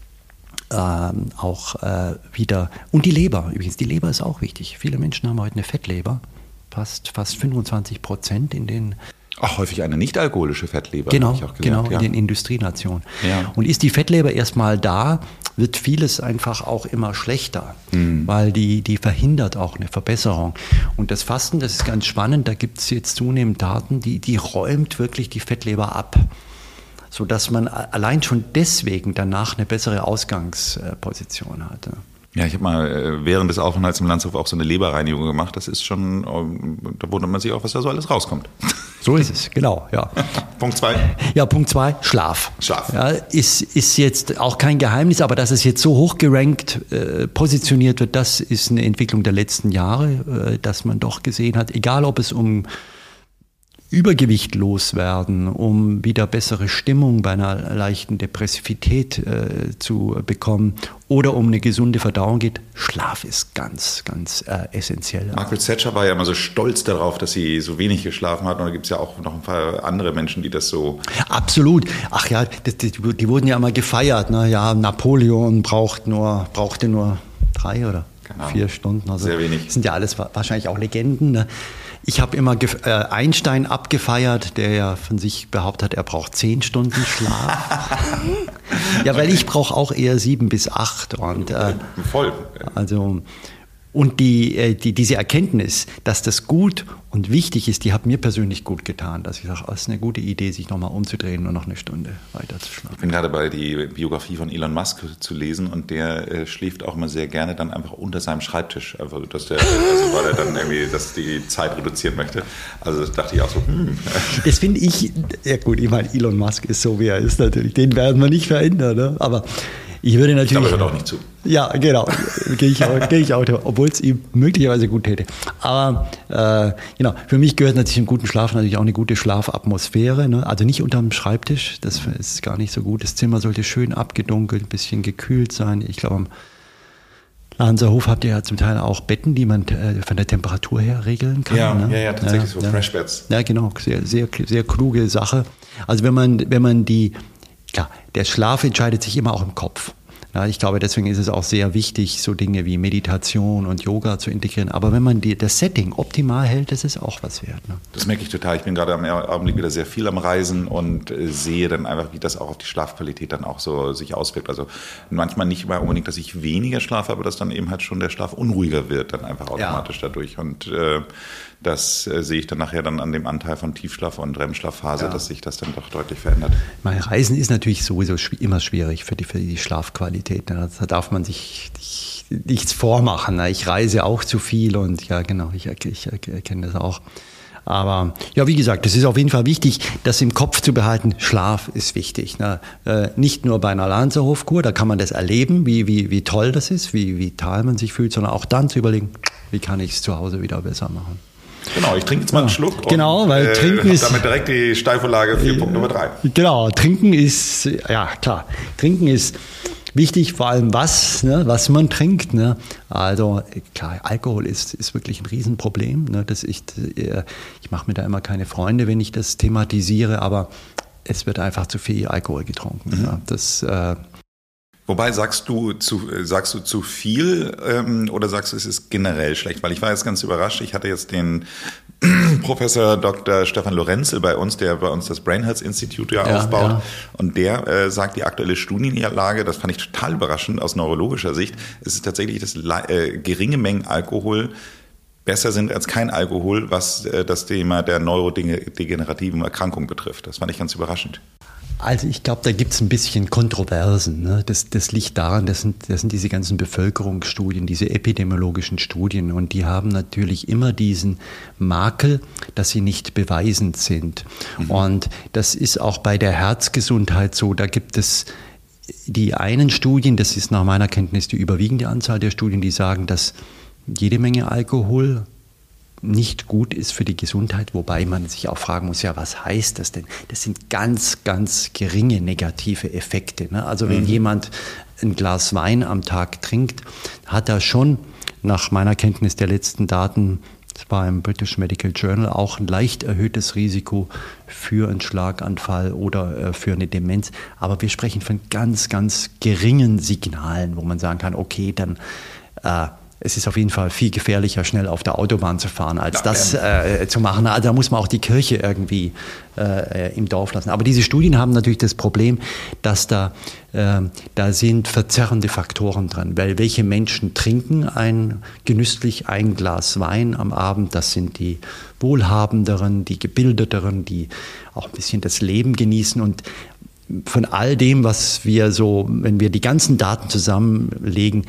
ähm, auch äh, wieder, und die Leber, übrigens, die Leber ist auch wichtig. Viele Menschen haben heute eine Fettleber, fast, fast fünfundzwanzig Prozent in den... Auch häufig eine nicht-alkoholische Fettleber. Genau, habe ich auch gelernt, genau, ja. in den Industrienationen. Ja. Und ist die Fettleber erstmal da, wird vieles einfach auch immer schlechter, mhm. weil die, die verhindert auch eine Verbesserung. Und das Fasten, das ist ganz spannend, da gibt es jetzt zunehmend Daten, die, die räumt wirklich die Fettleber ab, sodass man allein schon deswegen danach eine bessere Ausgangsposition hat. Ja, ich habe mal während des Aufenthalts im Landshof auch so eine Leberreinigung gemacht. Das ist schon, da wundert man sich auch, was da so alles rauskommt. So ist es, genau, ja. Punkt zwei. Ja, Punkt zwei, Schlaf. Schlaf. Ja, ist, ist jetzt auch kein Geheimnis, aber dass es jetzt so hoch gerankt äh, positioniert wird, das ist eine Entwicklung der letzten Jahre, äh, dass man doch gesehen hat, egal ob es um Übergewicht loswerden, um wieder bessere Stimmung bei einer leichten Depressivität äh, zu bekommen oder um eine gesunde Verdauung geht, Schlaf ist ganz, ganz äh, essentiell. Margaret Thatcher war ja immer so stolz darauf, dass sie so wenig geschlafen hat. Und da gibt es ja auch noch ein paar andere Menschen, die das so... Absolut. Ach ja, die, die, die wurden ja immer gefeiert. Ne? Ja, Napoleon braucht nur, brauchte nur drei oder genau. vier Stunden. Also sehr wenig. Das sind ja alles wahrscheinlich auch Legenden. Ne? Ich habe immer äh, Einstein abgefeiert, der ja von sich behauptet hat, er braucht zehn Stunden Schlaf. Ja, weil ich brauche auch eher sieben bis acht. Und, äh, Voll. Also, und die, äh, die, diese Erkenntnis, dass das gut und wichtig ist, die hat mir persönlich gut getan, dass ich sage, es ist eine gute Idee, sich nochmal umzudrehen und noch eine Stunde weiter zu schlafen. Ich bin gerade bei die Biografie von Elon Musk zu lesen und der äh, schläft auch immer sehr gerne dann einfach unter seinem Schreibtisch, also, dass der, also weil er dann irgendwie dass die Zeit reduzieren möchte. Also das dachte ich auch so, hm. Das finde ich, ja gut, ich meine, Elon Musk ist so, wie er ist natürlich, den werden wir nicht verändern, ne? Aber ich würde natürlich... Ich glaube, er hört auch nicht zu. Ja, genau, gehe ich auch, gehe ich auch, obwohl es ihm möglicherweise gut täte. Aber äh, genau, für mich gehört natürlich im guten Schlaf natürlich auch eine gute Schlafatmosphäre. Ne? Also nicht unterm Schreibtisch, das ist gar nicht so gut. Das Zimmer sollte schön abgedunkelt, ein bisschen gekühlt sein. Ich glaube, am Lanzerhof habt ihr ja zum Teil auch Betten, die man äh, von der Temperatur her regeln kann. Ja, ne? ja, ja, tatsächlich ja, so ja. Freshbeds. Ja, genau, sehr, sehr, sehr kluge Sache. Also wenn man, wenn man die, klar, der Schlaf entscheidet sich immer auch im Kopf. Ja, ich glaube, deswegen ist es auch sehr wichtig, so Dinge wie Meditation und Yoga zu integrieren. Aber wenn man die, das Setting optimal hält, das ist auch was wert. Ne? Das merke ich total. Ich bin gerade am Augenblick wieder sehr viel am Reisen und äh, sehe dann einfach, wie das auch auf die Schlafqualität dann auch so sich auswirkt. Also manchmal nicht mal unbedingt, dass ich weniger schlafe, aber dass dann eben halt schon der Schlaf unruhiger wird, dann einfach automatisch ja. dadurch. Und äh, das äh, sehe ich dann nachher dann an dem Anteil von Tiefschlaf- und R E M-Schlafphase, ja. dass sich das dann doch deutlich verändert. Mein Reisen ist natürlich sowieso schw- immer schwierig für die, für die Schlafqualität. Ne? Da darf man sich nicht, nichts vormachen. Ne? Ich reise auch zu viel und ja, genau, ich, ich, ich erkenne das auch. Aber ja, wie gesagt, es ist auf jeden Fall wichtig, das im Kopf zu behalten. Schlaf ist wichtig. Ne? Äh, nicht nur bei einer Lanzerhofkur, da kann man das erleben, wie, wie, wie toll das ist, wie vital man sich fühlt, sondern auch dann zu überlegen, wie kann ich es zu Hause wieder besser machen. Genau, ich trinke jetzt mal einen Schluck. Und, genau, weil äh, Trinken ist... damit direkt die Steilvorlage für Punkt Nummer drei. Genau, Trinken ist, ja klar, Trinken ist wichtig, vor allem was, ne, was man trinkt. Ne? Also klar, Alkohol ist, ist wirklich ein Riesenproblem. Ne? Das ich ich mache mir da immer keine Freunde, wenn ich das thematisiere, aber es wird einfach zu viel Alkohol getrunken. Mhm. Ja? Das... Äh, Wobei sagst du zu, sagst du zu viel ähm, oder sagst du, es ist generell schlecht? Weil ich war jetzt ganz überrascht. Ich hatte jetzt den Professor Doktor Stefan Lorenzel bei uns, der bei uns das Brain Health Institute ja, ja aufbaut. Ja. Und der äh, sagt, die aktuelle Studienlage, das fand ich total überraschend aus neurologischer Sicht, es ist tatsächlich, dass äh, geringe Mengen Alkohol besser sind als kein Alkohol, was äh, das Thema der neurodegenerativen Erkrankung betrifft. Das fand ich ganz überraschend. Also ich glaube, da gibt es ein bisschen Kontroversen. Ne? Das, das liegt daran, das sind, das sind diese ganzen Bevölkerungsstudien, diese epidemiologischen Studien und die haben natürlich immer diesen Makel, dass sie nicht beweisend sind. Mhm. Und das ist auch bei der Herzgesundheit so. Da gibt es die einen Studien, das ist nach meiner Kenntnis die überwiegende Anzahl der Studien, die sagen, dass jede Menge Alkohol nicht gut ist für die Gesundheit, wobei man sich auch fragen muss, ja, was heißt das denn? Das sind ganz, ganz geringe negative Effekte. Ne? Also wenn mhm. jemand ein Glas Wein am Tag trinkt, hat er schon nach meiner Kenntnis der letzten Daten, das war im British Medical Journal, auch ein leicht erhöhtes Risiko für einen Schlaganfall oder äh, für eine Demenz. Aber wir sprechen von ganz, ganz geringen Signalen, wo man sagen kann, okay, dann äh, es ist auf jeden Fall viel gefährlicher, schnell auf der Autobahn zu fahren, als ja, das äh, zu machen. Also da muss man auch die Kirche irgendwie äh, im Dorf lassen. Aber diese Studien haben natürlich das Problem, dass da, äh, da sind verzerrende Faktoren drin. Weil welche Menschen trinken ein genüsslich ein Glas Wein am Abend? Das sind die Wohlhabenderen, die Gebildeteren, die auch ein bisschen das Leben genießen. Und von all dem, was wir so, wenn wir die ganzen Daten zusammenlegen,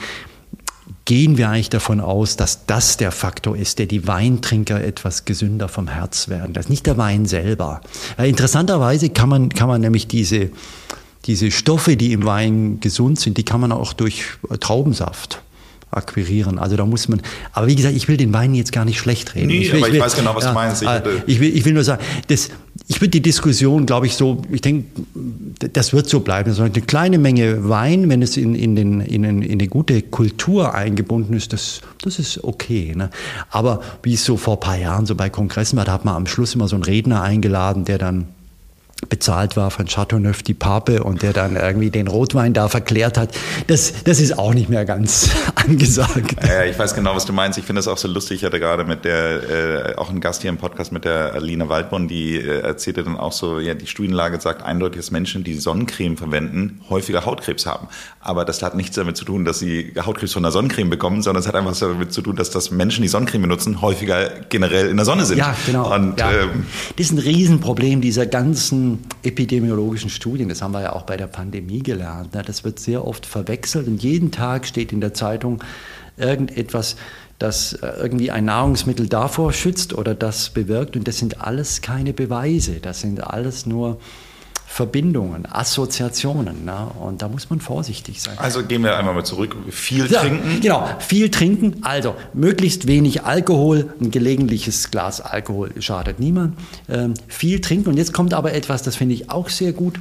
gehen wir eigentlich davon aus, dass das der Faktor ist, der die Weintrinker etwas gesünder vom Herz werden. Das ist nicht der Wein selber. Weil interessanterweise kann man, kann man nämlich diese, diese Stoffe, die im Wein gesund sind, die kann man auch durch Traubensaft akquirieren. Also da muss man, aber wie gesagt, ich will den Wein jetzt gar nicht schlecht reden. Nee, ich will, aber ich, ich will, weiß genau, was ja, du meinst. Ich, äh, ich, will, ich will nur sagen, das, ich würde die Diskussion, glaube ich, so, ich denke, das wird so bleiben. Also eine kleine Menge Wein, wenn es in, in, den, in, in eine gute Kultur eingebunden ist, das, das ist okay. Ne? Aber wie es so vor ein paar Jahren so bei Kongressen war, da hat man am Schluss immer so einen Redner eingeladen, der dann bezahlt war von Chateauneuf die Pape und der dann irgendwie den Rotwein da verklärt hat. Das, das ist auch nicht mehr ganz angesagt. Ja, ich weiß genau, was du meinst. Ich finde das auch so lustig. Ich hatte gerade mit der, äh, auch einen Gast hier im Podcast mit der Alina Waldborn, die äh, erzählte dann auch so, ja, die Studienlage sagt eindeutig, dass Menschen, die Sonnencreme verwenden, häufiger Hautkrebs haben. Aber das hat nichts damit zu tun, dass sie Hautkrebs von der Sonnencreme bekommen, sondern es hat einfach damit zu tun, dass das Menschen, die Sonnencreme benutzen, häufiger generell in der Sonne sind. Ja, genau. Und, ja. Ähm, das ist ein Riesenproblem dieser ganzen epidemiologischen Studien. Das haben wir ja auch bei der Pandemie gelernt. Das wird sehr oft verwechselt und jeden Tag steht in der Zeitung irgendetwas, das irgendwie ein Nahrungsmittel davor schützt oder das bewirkt. Und das sind alles keine Beweise. Das sind alles nur Verbindungen, Assoziationen. Ne? Und da muss man vorsichtig sein. Also gehen wir einmal mal zurück. Viel ja, trinken. Genau, viel trinken. Also möglichst wenig Alkohol. Ein gelegentliches Glas Alkohol schadet niemand. Ähm, viel trinken. Und jetzt kommt aber etwas, das finde ich auch sehr gut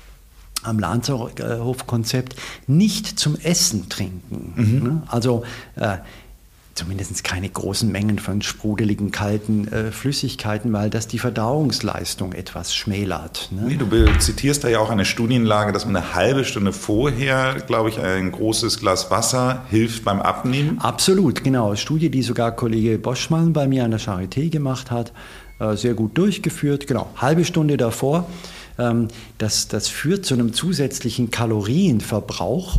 am Lanzerhof-Konzept. Nicht zum Essen trinken. Mhm. Ne? Also äh, zumindest keine großen Mengen von sprudeligen, kalten äh, Flüssigkeiten, weil das die Verdauungsleistung etwas schmälert. Ne? Nee, du zitierst da ja auch eine Studienlage, dass man eine halbe Stunde vorher, glaube ich, ein großes Glas Wasser hilft beim Abnehmen. Absolut, genau. Studie, die sogar Kollege Boschmann bei mir an der Charité gemacht hat, äh, sehr gut durchgeführt. Genau, halbe Stunde davor. Ähm, das, das führt zu einem zusätzlichen Kalorienverbrauch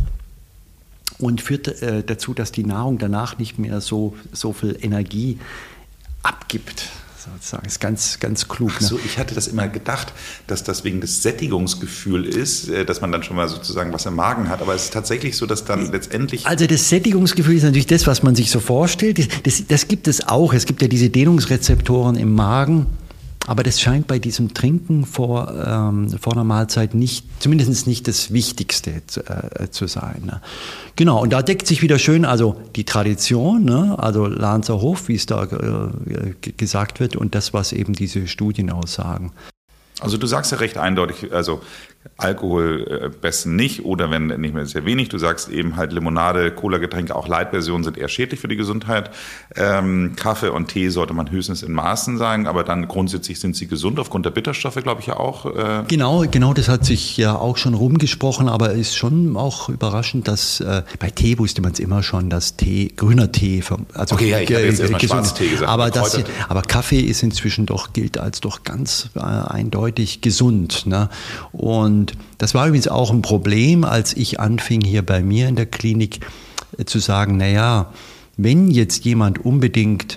und führt äh, dazu, dass die Nahrung danach nicht mehr so, so viel Energie abgibt, sozusagen. Ist ganz, ganz klug. Ach so, ne? Ich hatte das immer gedacht, dass das wegen des Sättigungsgefühls ist, dass man dann schon mal sozusagen was im Magen hat. Aber es ist tatsächlich so, dass dann letztendlich... Also das Sättigungsgefühl ist natürlich das, was man sich so vorstellt. Das, das, das gibt es auch. Es gibt ja diese Dehnungsrezeptoren im Magen. Aber das scheint bei diesem Trinken vor, ähm, vor einer Mahlzeit nicht, zumindest nicht das Wichtigste äh, zu sein. Ne? Genau, und da deckt sich wieder schön also die Tradition, ne? Also Lanzerhof, wie es da äh, gesagt wird, und das, was eben diese Studien aussagen. Also du sagst ja recht eindeutig, also Alkohol äh, besten nicht oder wenn nicht mehr sehr wenig. Du sagst eben halt Limonade, Cola-Getränke, auch Light-Versionen sind eher schädlich für die Gesundheit. Ähm, Kaffee und Tee sollte man höchstens in Maßen sagen, aber dann grundsätzlich sind sie gesund aufgrund der Bitterstoffe, glaube ich ja auch. Äh genau, genau, das hat sich ja auch schon rumgesprochen, aber es ist schon auch überraschend, dass äh, bei Tee wusste man es immer schon, dass Tee, grüner Tee, also okay, ja, ich habe jetzt erstmal Schwarztee gesagt. Aber, das, aber Kaffee ist inzwischen doch, gilt als doch ganz äh, eindeutig gesund, ne? Und Und das war übrigens auch ein Problem, als ich anfing, hier bei mir in der Klinik äh, zu sagen, naja, wenn jetzt jemand unbedingt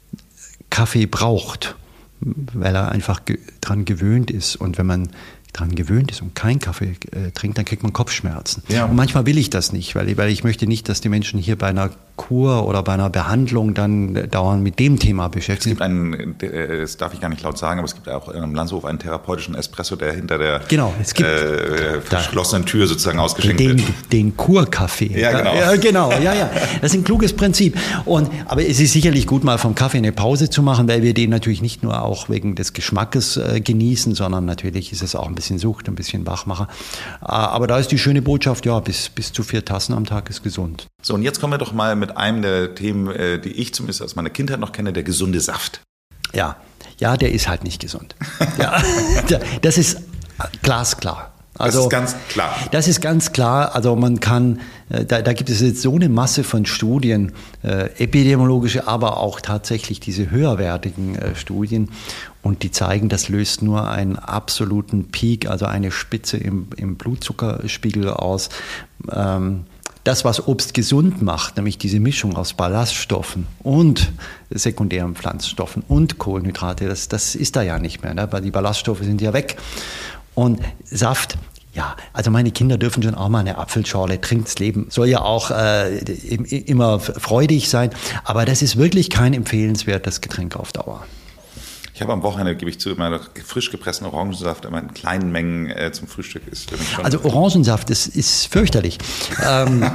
Kaffee braucht, weil er einfach ge- dran gewöhnt ist und wenn man dran gewöhnt ist und keinen Kaffee äh, trinkt, dann kriegt man Kopfschmerzen. Ja. Und manchmal will ich das nicht, weil, weil ich möchte nicht, dass die Menschen hier bei einer Kur oder bei einer Behandlung dann äh, dauernd mit dem Thema beschäftigt. Es gibt einen, das darf ich gar nicht laut sagen, aber es gibt auch im Lanzerhof einen therapeutischen Espresso, der hinter der genau, es gibt äh, verschlossenen Tür sozusagen ausgeschenkt den, wird. Den Kurkaffee. Ja, genau. Ja, genau, ja, ja. Das ist ein kluges Prinzip. Und, aber es ist sicherlich gut, mal vom Kaffee eine Pause zu machen, weil wir den natürlich nicht nur auch wegen des Geschmackes äh, genießen, sondern natürlich ist es auch ein bisschen Sucht, ein bisschen Wachmacher. Aber da ist die schöne Botschaft, ja, bis, bis zu vier Tassen am Tag ist gesund. So, und jetzt kommen wir doch mal mit einem der Themen, die ich zumindest aus meiner Kindheit noch kenne, der gesunde Saft. Ja, ja, der ist halt nicht gesund. Ja, das ist glasklar. Also, das ist ganz klar. Das ist ganz klar. Also man kann, da, da gibt es jetzt so eine Masse von Studien, äh, epidemiologische, aber auch tatsächlich diese höherwertigen äh, Studien. Und die zeigen, das löst nur einen absoluten Peak, also eine Spitze im, im Blutzuckerspiegel aus. Ähm, Das, was Obst gesund macht, nämlich diese Mischung aus Ballaststoffen und sekundären Pflanzenstoffen und Kohlenhydrate, das, das ist da ja nicht mehr, ne? Weil die Ballaststoffe sind ja weg. Und Saft, ja, also meine Kinder dürfen schon auch mal eine Apfelschorle trinken. Das Leben soll ja auch äh, immer freudig sein, aber das ist wirklich kein empfehlenswertes Getränk auf Dauer. Ich habe am Wochenende, gebe ich zu, immer noch frisch gepressten Orangensaft immer in kleinen Mengen äh, zum Frühstück ist. Schon also Orangensaft, das ist fürchterlich. ähm,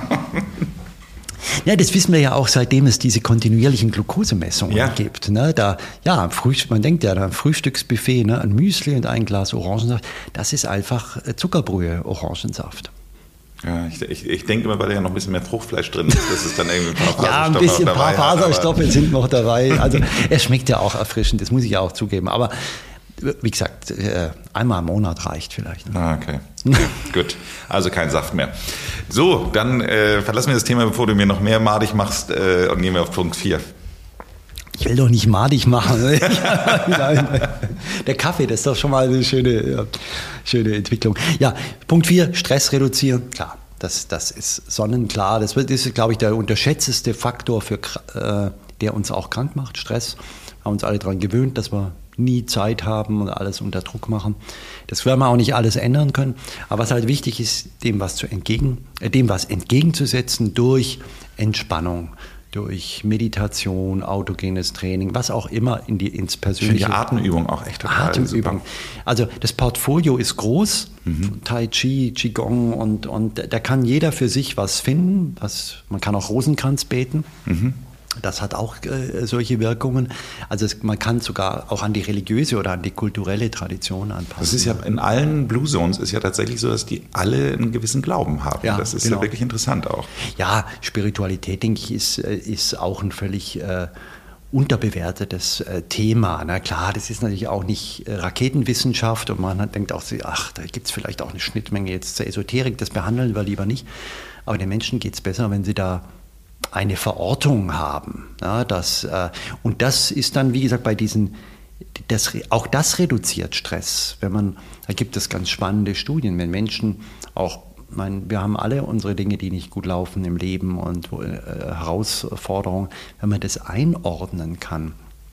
ja, das wissen wir ja auch, seitdem es diese kontinuierlichen Glukosemessungen ja. gibt. Ne? Da, ja, Frühstück, man denkt ja, ein Frühstücksbuffet, ne? Ein Müsli und ein Glas Orangensaft, das ist einfach Zuckerbrühe, Orangensaft. Ja, ich, ich, ich denke immer, weil da ja noch ein bisschen mehr Fruchtfleisch drin ist, dass es dann irgendwie ein paar ja, ein bisschen, ein paar Faserstoffe sind noch dabei. Also es schmeckt ja auch erfrischend, das muss ich ja auch zugeben. Aber wie gesagt, einmal im Monat reicht vielleicht. Ah, okay. okay. Gut, also kein Saft mehr. So, dann äh, verlassen wir das Thema, bevor du mir noch mehr madig machst äh, und gehen wir auf Punkt vier. Ich will doch nicht madig machen. Der Kaffee, das ist doch schon mal eine schöne, ja, schöne Entwicklung. Ja, Punkt vier, Stress reduzieren. Klar, das, das ist sonnenklar. Das ist, glaube ich, der unterschätzteste Faktor, für, äh, der uns auch krank macht. Stress. Wir haben uns alle daran gewöhnt, dass wir nie Zeit haben und alles unter Druck machen. Das werden wir auch nicht alles ändern können. Aber was halt wichtig ist, dem was, zu entgegen, äh, dem was entgegenzusetzen durch Entspannung, durch Meditation, autogenes Training, was auch immer in die, ins persönliche... Ich finde die Atemübung auch echt total Atemübung. Super. Also das Portfolio ist groß, mhm. Tai Chi, Qigong und, und da kann jeder für sich was finden. Was, man kann auch Rosenkranz beten. Mhm. Das hat auch äh, solche Wirkungen. Also es, man kann sogar auch an die religiöse oder an die kulturelle Tradition anpassen. Das ist ja in allen Blue Zones ist ja tatsächlich so, dass die alle einen gewissen Glauben haben. Ja, das ist genau. ja wirklich interessant auch. Ja, Spiritualität, denke ich, ist, ist auch ein völlig äh, unterbewertetes äh, Thema. Na klar, das ist natürlich auch nicht äh, Raketenwissenschaft und man hat, denkt auch, ach, da gibt es vielleicht auch eine Schnittmenge jetzt zur Esoterik, das behandeln wir lieber nicht. Aber den Menschen geht es besser, wenn sie da eine Verortung haben. Ja, das, äh, und das ist dann, wie gesagt, bei diesen, das, auch das reduziert Stress. Wenn man, da gibt es ganz spannende Studien, wenn Menschen auch, mein, wir haben alle unsere Dinge, die nicht gut laufen im Leben und äh, Herausforderungen, wenn man das einordnen kann,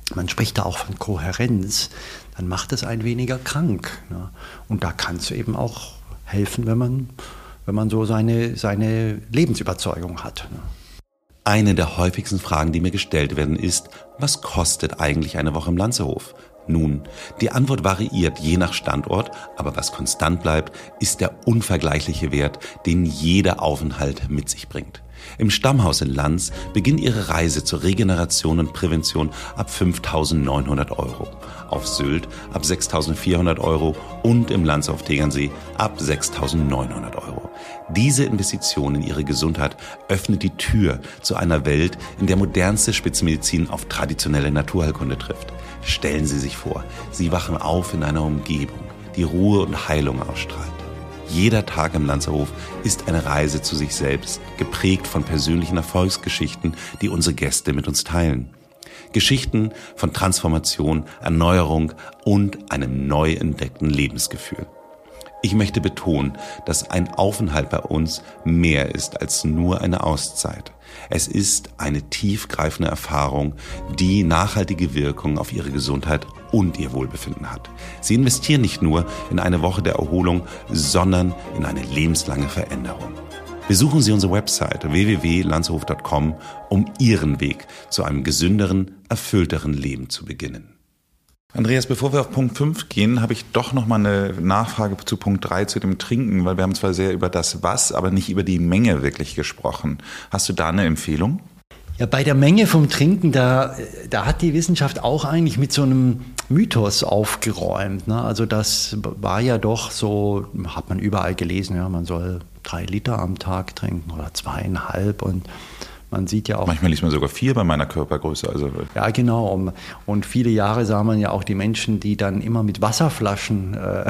man spricht da auch von Kohärenz, dann macht es einen weniger krank. Ne? Und da kann es eben auch helfen, wenn man, wenn man so seine, seine Lebensüberzeugung hat. Ne? Eine der häufigsten Fragen, die mir gestellt werden, ist, was kostet eigentlich eine Woche im Lanzerhof? Nun, die Antwort variiert je nach Standort, aber was konstant bleibt, ist der unvergleichliche Wert, den jeder Aufenthalt mit sich bringt. Im Stammhaus in Lanz beginnt Ihre Reise zur Regeneration und Prävention ab fünftausendneunhundert Euro, auf Sylt ab sechstausendvierhundert Euro und im Lanzerhof Tegernsee ab sechstausendneunhundert Euro. Diese Investition in Ihre Gesundheit öffnet die Tür zu einer Welt, in der modernste Spitzenmedizin auf traditionelle Naturheilkunde trifft. Stellen Sie sich vor, Sie wachen auf in einer Umgebung, die Ruhe und Heilung ausstrahlt. Jeder Tag im Lanzerhof ist eine Reise zu sich selbst, geprägt von persönlichen Erfolgsgeschichten, die unsere Gäste mit uns teilen. Geschichten von Transformation, Erneuerung und einem neu entdeckten Lebensgefühl. Ich möchte betonen, dass ein Aufenthalt bei uns mehr ist als nur eine Auszeit. Es ist eine tiefgreifende Erfahrung, die nachhaltige Wirkung auf Ihre Gesundheit und Ihr Wohlbefinden hat. Sie investieren nicht nur in eine Woche der Erholung, sondern in eine lebenslange Veränderung. Besuchen Sie unsere Website w w w punkt lanzerhof punkt com, um Ihren Weg zu einem gesünderen, erfüllteren Leben zu beginnen. Andreas, bevor wir auf Punkt fünf gehen, habe ich doch noch mal eine Nachfrage zu Punkt drei, zu dem Trinken, weil wir haben zwar sehr über das Was, aber nicht über die Menge wirklich gesprochen. Hast du da eine Empfehlung? Ja, bei der Menge vom Trinken, da, da hat die Wissenschaft auch eigentlich mit so einem Mythos aufgeräumt. Ne? Also das war ja doch so, hat man überall gelesen, ja, man soll drei Liter am Tag trinken oder zweieinhalb und man sieht ja auch. Manchmal liest man sogar vier bei meiner Körpergröße. Also ja, genau. Und viele Jahre sah man ja auch die Menschen, die dann immer mit Wasserflaschen äh,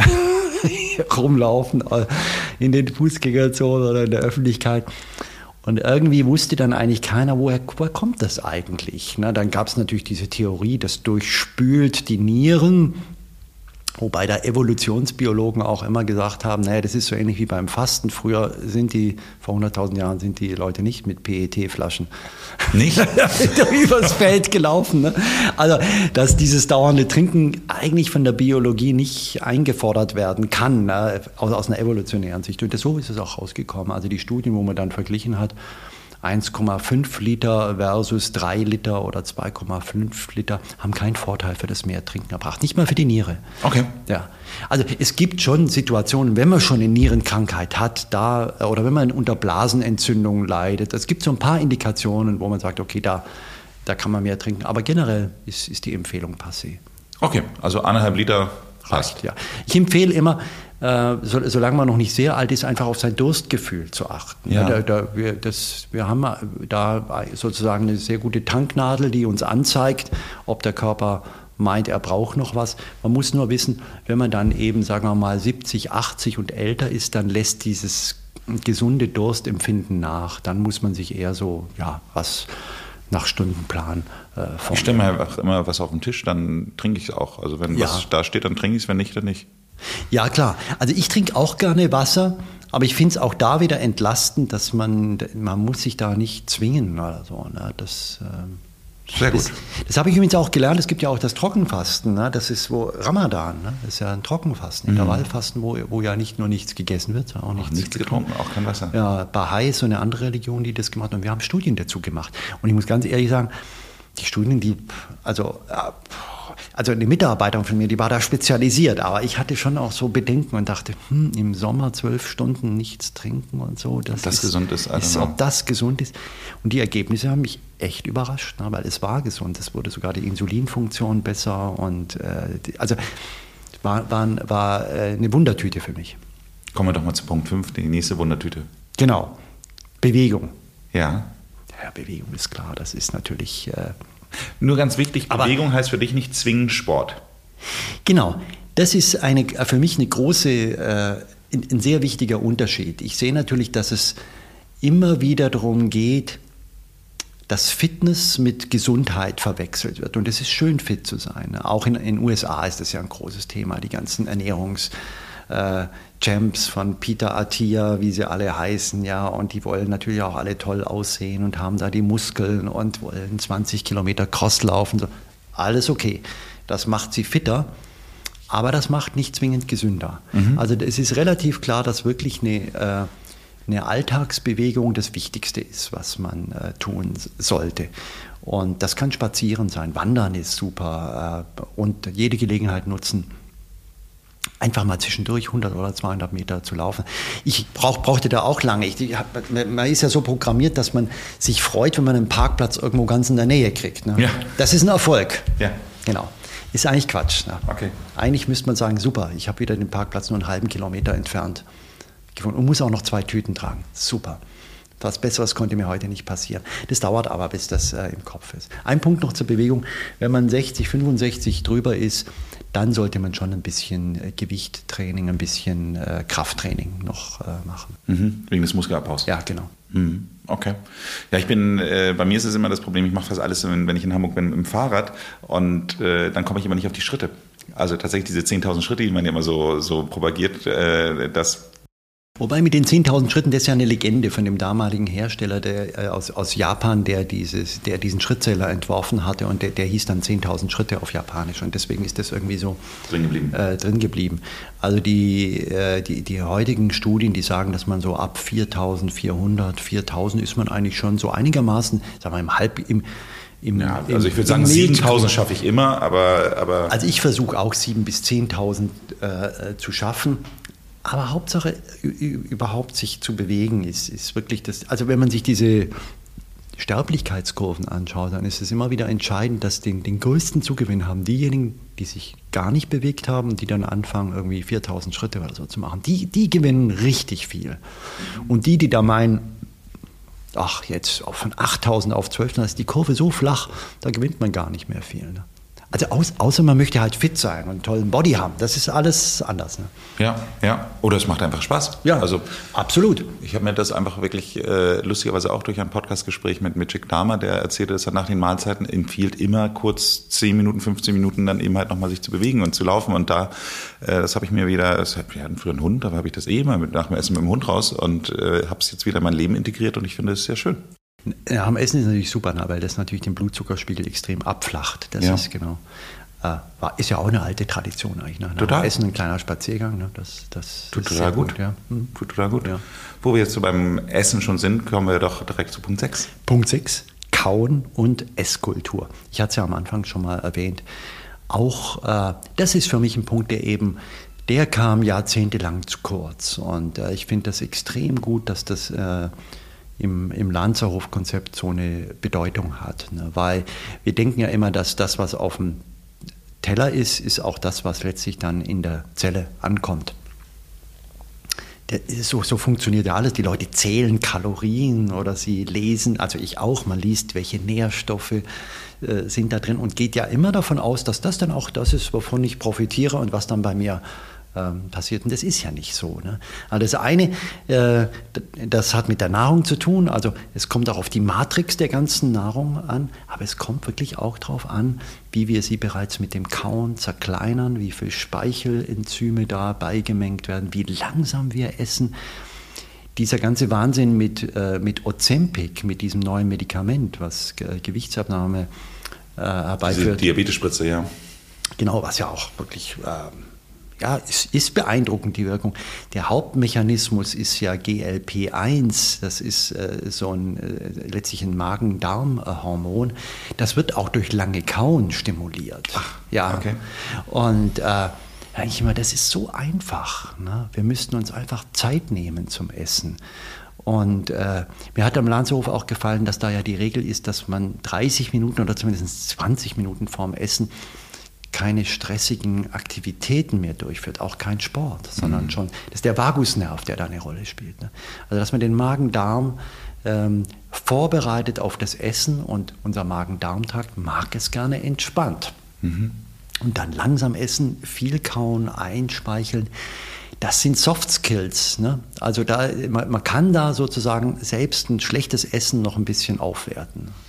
rumlaufen in den Fußgängerzonen oder in der Öffentlichkeit. Und irgendwie wusste dann eigentlich keiner, woher, woher kommt das eigentlich? Na, dann gab es natürlich diese Theorie, das durchspült die Nieren. Wobei da Evolutionsbiologen auch immer gesagt haben, naja, das ist so ähnlich wie beim Fasten. Früher sind die, vor hunderttausend Jahren sind die Leute nicht mit P E T-Flaschen nicht übers Feld gelaufen. Ne? Also, dass dieses dauernde Trinken eigentlich von der Biologie nicht eingefordert werden kann, ne? aus, aus einer evolutionären Sicht. Und so ist es auch rausgekommen. Also die Studien, wo man dann verglichen hat, eins Komma fünf Liter versus drei Liter oder zwei Komma fünf Liter haben keinen Vorteil für das Mehrtrinken erbracht. Nicht mal für die Niere. Okay. Ja. Also es gibt schon Situationen, wenn man schon eine Nierenkrankheit hat, da oder wenn man unter Blasenentzündung leidet. Es gibt so ein paar Indikationen, wo man sagt, okay, da, da kann man mehr trinken. Aber generell ist, ist die Empfehlung passé. Okay, also eineinhalb Liter reicht. Ja. Ich empfehle immer, äh, so, solange man noch nicht sehr alt ist, einfach auf sein Durstgefühl zu achten. Ja. Da, da, wir, das, wir haben da sozusagen eine sehr gute Tanknadel, die uns anzeigt, ob der Körper meint, er braucht noch was. Man muss nur wissen, wenn man dann eben, sagen wir mal, siebzig, achtzig und älter ist, dann lässt dieses gesunde Durstempfinden nach. Dann muss man sich eher so, ja, was nach Stundenplan äh, formen. Ich stelle mir einfach immer was auf den Tisch, dann trinke ich es auch. Also wenn ja. was da steht, dann trinke ich es, wenn nicht, dann nicht. Ja, klar. Also ich trinke auch gerne Wasser, aber ich finde es auch da wieder entlastend, dass man, man muss sich da nicht zwingen oder so. Ne? Das, ähm, Sehr gut. Das, das habe ich übrigens auch gelernt. Es gibt ja auch das Trockenfasten. Ne? Das ist wo Ramadan. Ne? Das ist ja ein Trockenfasten, mhm. Intervallfasten, wo, wo ja nicht nur nichts gegessen wird, sondern auch nichts, auch nichts getrunken, auch kein Wasser. Ja, Bahai ist so eine andere Religion, die das gemacht hat. Und wir haben Studien dazu gemacht. Und ich muss ganz ehrlich sagen, die Studien, die, also, also eine Mitarbeiterin von mir, die war da spezialisiert, aber ich hatte schon auch so Bedenken und dachte, hm, im Sommer zwölf Stunden nichts trinken und so. Das ob das ist, gesund ist, ist ob das gesund ist. Und die Ergebnisse haben mich echt überrascht, ne, weil es war gesund. Es wurde sogar die Insulinfunktion besser und äh, die, also war, war, war äh, eine Wundertüte für mich. Kommen wir doch mal zu Punkt fünf, die nächste Wundertüte. Genau, Bewegung. Ja. Ja, Bewegung ist klar, das ist natürlich... Äh, Nur ganz wichtig, Bewegung aber, heißt für dich nicht zwingend Sport. Genau, das ist eine, für mich eine große, äh, ein, ein sehr wichtiger Unterschied. Ich sehe natürlich, dass es immer wieder darum geht, dass Fitness mit Gesundheit verwechselt wird. Und es ist schön, fit zu sein. Auch in den U S A ist das ja ein großes Thema, die ganzen Ernährungs- Äh, Champs von Peter Attia, wie sie alle heißen, ja, und die wollen natürlich auch alle toll aussehen und haben da die Muskeln und wollen zwanzig Kilometer Cross laufen. So. alles okay. Das macht sie fitter, aber das macht nicht zwingend gesünder. Mhm. Also es ist relativ klar, dass wirklich eine, äh, eine Alltagsbewegung das Wichtigste ist, was man äh, tun sollte. Und das kann Spazieren sein, Wandern ist super äh, und jede Gelegenheit nutzen, einfach mal zwischendurch hundert oder zweihundert Meter zu laufen. Ich brauch, brauchte da auch lange. Ich, man ist ja so programmiert, dass man sich freut, wenn man einen Parkplatz irgendwo ganz in der Nähe kriegt. Ne? Ja. Das ist ein Erfolg. Ja. Genau. Ist eigentlich Quatsch. Ne? Okay. Eigentlich müsste man sagen, super, ich habe wieder den Parkplatz nur einen halben Kilometer entfernt gefunden und muss auch noch zwei Tüten tragen. Super. Was Besseres konnte mir heute nicht passieren. Das dauert aber, bis das äh, im Kopf ist. Ein Punkt noch zur Bewegung. Wenn man sechzig, fünfundsechzig drüber ist, dann sollte man schon ein bisschen äh, Gewichttraining, ein bisschen äh, Krafttraining noch äh, machen. Mhm, wegen des Muskelabbaus? Ja, genau. Mhm, okay. Ja, ich bin, äh, bei mir ist es immer das Problem, ich mache fast alles, wenn, wenn ich in Hamburg bin, mit dem Fahrrad und äh, dann komme ich immer nicht auf die Schritte. Also tatsächlich diese zehntausend Schritte, die man ja immer so, so propagiert, äh, das Wobei mit den zehntausend Schritten, das ist ja eine Legende von dem damaligen Hersteller der, äh, aus, aus Japan, der, dieses, der diesen Schrittzähler entworfen hatte und der, der hieß dann zehntausend Schritte auf Japanisch und deswegen ist das irgendwie so drin geblieben. Äh, drin geblieben. Also die, äh, die, die heutigen Studien, die sagen, dass man so ab viertausendvierhundert, viertausend ist man eigentlich schon so einigermaßen, sagen wir im Halb... Im, Im, ja, also ich würde sagen, siebentausend schaffe ich immer, aber... aber also ich versuche auch siebentausend bis zehntausend äh, zu schaffen. Aber Hauptsache, überhaupt sich zu bewegen, ist, ist wirklich das. Also wenn man sich diese Sterblichkeitskurven anschaut, dann ist es immer wieder entscheidend, dass den, den größten Zugewinn haben diejenigen, die sich gar nicht bewegt haben, die dann anfangen, irgendwie viertausend Schritte oder so zu machen. Die, die gewinnen richtig viel. Und die, die da meinen, ach, jetzt von achttausend auf zwölftausend, da ist die Kurve so flach, da gewinnt man gar nicht mehr viel. Ne? Also aus, außer man möchte halt fit sein und einen tollen Body haben. Das ist alles anders. Ne? Ja, ja. Oder es macht einfach Spaß. Ja, also absolut. Ich habe mir das einfach wirklich äh, lustigerweise auch durch ein Podcastgespräch mit Mitchik Dahmer, der erzählte, dass er nach den Mahlzeiten empfiehlt, immer kurz zehn Minuten, fünfzehn Minuten dann eben halt nochmal sich zu bewegen und zu laufen. Und da, äh, das habe ich mir wieder, das, wir hatten früher einen Hund, da habe ich das eh immer mit, nach dem Essen mit dem Hund raus und äh, habe es jetzt wieder in mein Leben integriert und ich finde es sehr schön. Ja, am Essen ist natürlich super, weil das natürlich den Blutzuckerspiegel extrem abflacht. Das ja. ist genau. Äh, war, ist ja auch eine alte Tradition eigentlich. Ne? Total. Essen, ein kleiner Spaziergang. Ne? Das, das Tut total gut. gut ja. hm. Tut total gut. Ja. Wo wir jetzt so beim Essen schon sind, kommen wir doch direkt zu Punkt sechs. Punkt sechs, Kauen und Esskultur. Ich hatte es ja am Anfang schon mal erwähnt. Auch äh, das ist für mich ein Punkt, der eben, der kam jahrzehntelang zu kurz. Und äh, ich finde das extrem gut, dass das äh, im, im Lanzerhof-Konzept so eine Bedeutung hat. Ne? Weil wir denken ja immer, dass das, was auf dem Teller ist, ist auch das, was letztlich dann in der Zelle ankommt. Der, so, so funktioniert ja alles. Die Leute zählen Kalorien oder sie lesen, also ich auch, man liest, welche Nährstoffe äh, sind da drin und geht ja immer davon aus, dass das dann auch das ist, wovon ich profitiere und was dann bei mir passiert. Und das ist ja nicht so. Ne? Also das eine, äh, das hat mit der Nahrung zu tun, also es kommt auch auf die Matrix der ganzen Nahrung an, aber es kommt wirklich auch darauf an, wie wir sie bereits mit dem Kauen zerkleinern, wie viel Speichelenzyme da beigemengt werden, wie langsam wir essen. Dieser ganze Wahnsinn mit, äh, mit Ozempic, mit diesem neuen Medikament, was Ge- Gewichtsabnahme äh, herbeiführt. Diese Diabetesspritze, ja. Genau, was ja auch wirklich... Äh, Ja, es ist beeindruckend, die Wirkung. Der Hauptmechanismus ist ja G L P eins, das ist äh, so ein äh, letztlich ein Magen-Darm-Hormon. Das wird auch durch lange Kauen stimuliert. Ach, ja. Okay. Und äh, ich immer, das ist so einfach. Ne? Wir müssten uns einfach Zeit nehmen zum Essen. Und äh, mir hat am Lanzerhof auch gefallen, dass da ja die Regel ist, dass man dreißig Minuten oder zumindest zwanzig Minuten vorm Essen keine stressigen Aktivitäten mehr durchführt, auch kein Sport, sondern mhm. schon, das ist der Vagusnerv, der da eine Rolle spielt. Ne? Also dass man den Magen-Darm ähm, vorbereitet auf das Essen und unser Magen-Darm-Trakt mag es gerne entspannt. Mhm. Und dann langsam essen, viel kauen, einspeicheln. Das sind Soft Skills. Ne? Also da, man, man kann da sozusagen selbst ein schlechtes Essen noch ein bisschen aufwerten.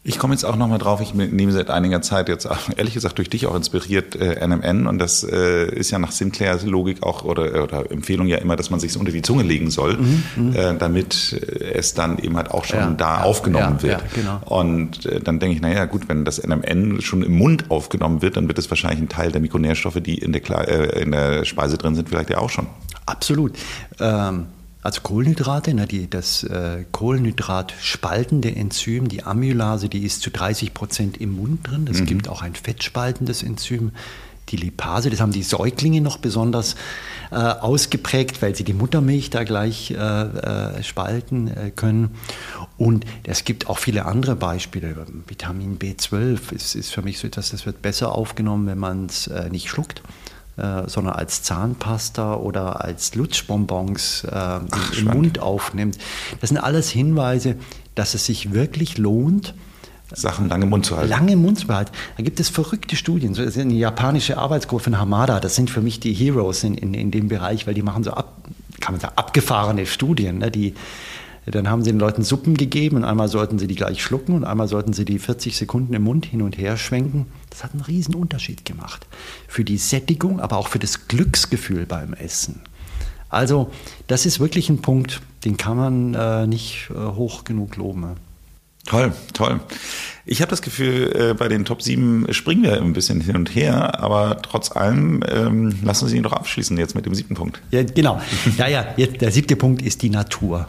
Ich komme jetzt auch nochmal drauf, ich nehme seit einiger Zeit jetzt, ehrlich gesagt, durch dich auch inspiriert äh, N M N und das äh, ist ja nach Sinclairs Logik auch oder, oder Empfehlung ja immer, dass man sich so unter die Zunge legen soll, mhm, äh, damit es dann eben halt auch schon ja, da ja, aufgenommen ja, wird. Ja, genau. Und äh, dann denke ich, naja gut, wenn das N M N schon im Mund aufgenommen wird, dann wird es wahrscheinlich ein Teil der Mikronährstoffe, die in der, Kle- äh, in der Speise drin sind, vielleicht ja auch schon. Absolut. Ähm Also Kohlenhydrate, ne, die, das äh, Kohlenhydrat spaltende Enzym, die Amylase, die ist zu dreißig Prozent im Mund drin. Es mhm. gibt auch ein fettspaltendes Enzym, die Lipase. Das haben die Säuglinge noch besonders äh, ausgeprägt, weil sie die Muttermilch da gleich äh, äh, spalten äh, können. Und es gibt auch viele andere Beispiele. Vitamin B zwölf ist, ist für mich so etwas, das wird besser aufgenommen, wenn man es äh, nicht schluckt. Äh, sondern als Zahnpasta oder als Lutschbonbons äh, Ach, im, im Mund aufnimmt. Das sind alles Hinweise, dass es sich wirklich lohnt, Sachen lange im Mund zu halten. Lange im Mund zu behalten. Da gibt es verrückte Studien. Das ist eine japanische Arbeitsgruppe von Hamada. Das sind für mich die Heroes in, in, in dem Bereich, weil die machen so ab, kann man sagen, abgefahrene Studien. Ne? Die, dann haben sie den Leuten Suppen gegeben und einmal sollten sie die gleich schlucken und einmal sollten sie die vierzig Sekunden im Mund hin und her schwenken. Das hat einen riesen Unterschied gemacht. Für die Sättigung, aber auch für das Glücksgefühl beim Essen. Also das ist wirklich ein Punkt, den kann man äh, nicht äh, hoch genug loben. Toll, toll. Ich habe das Gefühl, äh, bei den Top sieben springen wir ein bisschen hin und her, aber trotz allem ähm, lassen Sie ihn doch abschließen jetzt mit dem siebten Punkt. Ja, genau. Ja, ja, jetzt, der siebte Punkt ist die Natur.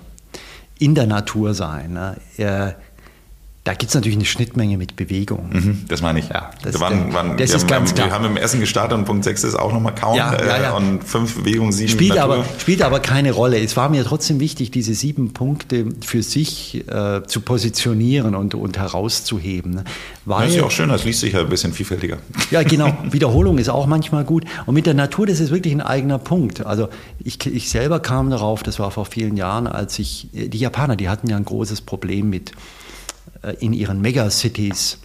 In der Natur sein. Ne? Äh, Da gibt es natürlich eine Schnittmenge mit Bewegung. Mhm, das meine ich. Ja, das, waren, waren, das wir ist haben, ganz klar. Wir haben im Essen gestartet und Punkt sechs ist auch nochmal kaum. Ja, ja, ja. Und fünf Bewegungen, sieben spielt Natur. aber, spielt aber keine Rolle. Es war mir trotzdem wichtig, diese sieben Punkte für sich äh, zu positionieren und, und herauszuheben. Weil, das ist ja auch schön, das liest sich ja ein bisschen vielfältiger. Ja, genau. Wiederholung ist auch manchmal gut. Und mit der Natur, das ist wirklich ein eigener Punkt. Also ich, ich selber kam darauf, das war vor vielen Jahren, als ich, die Japaner, die hatten ja ein großes Problem mit in ihren Megacities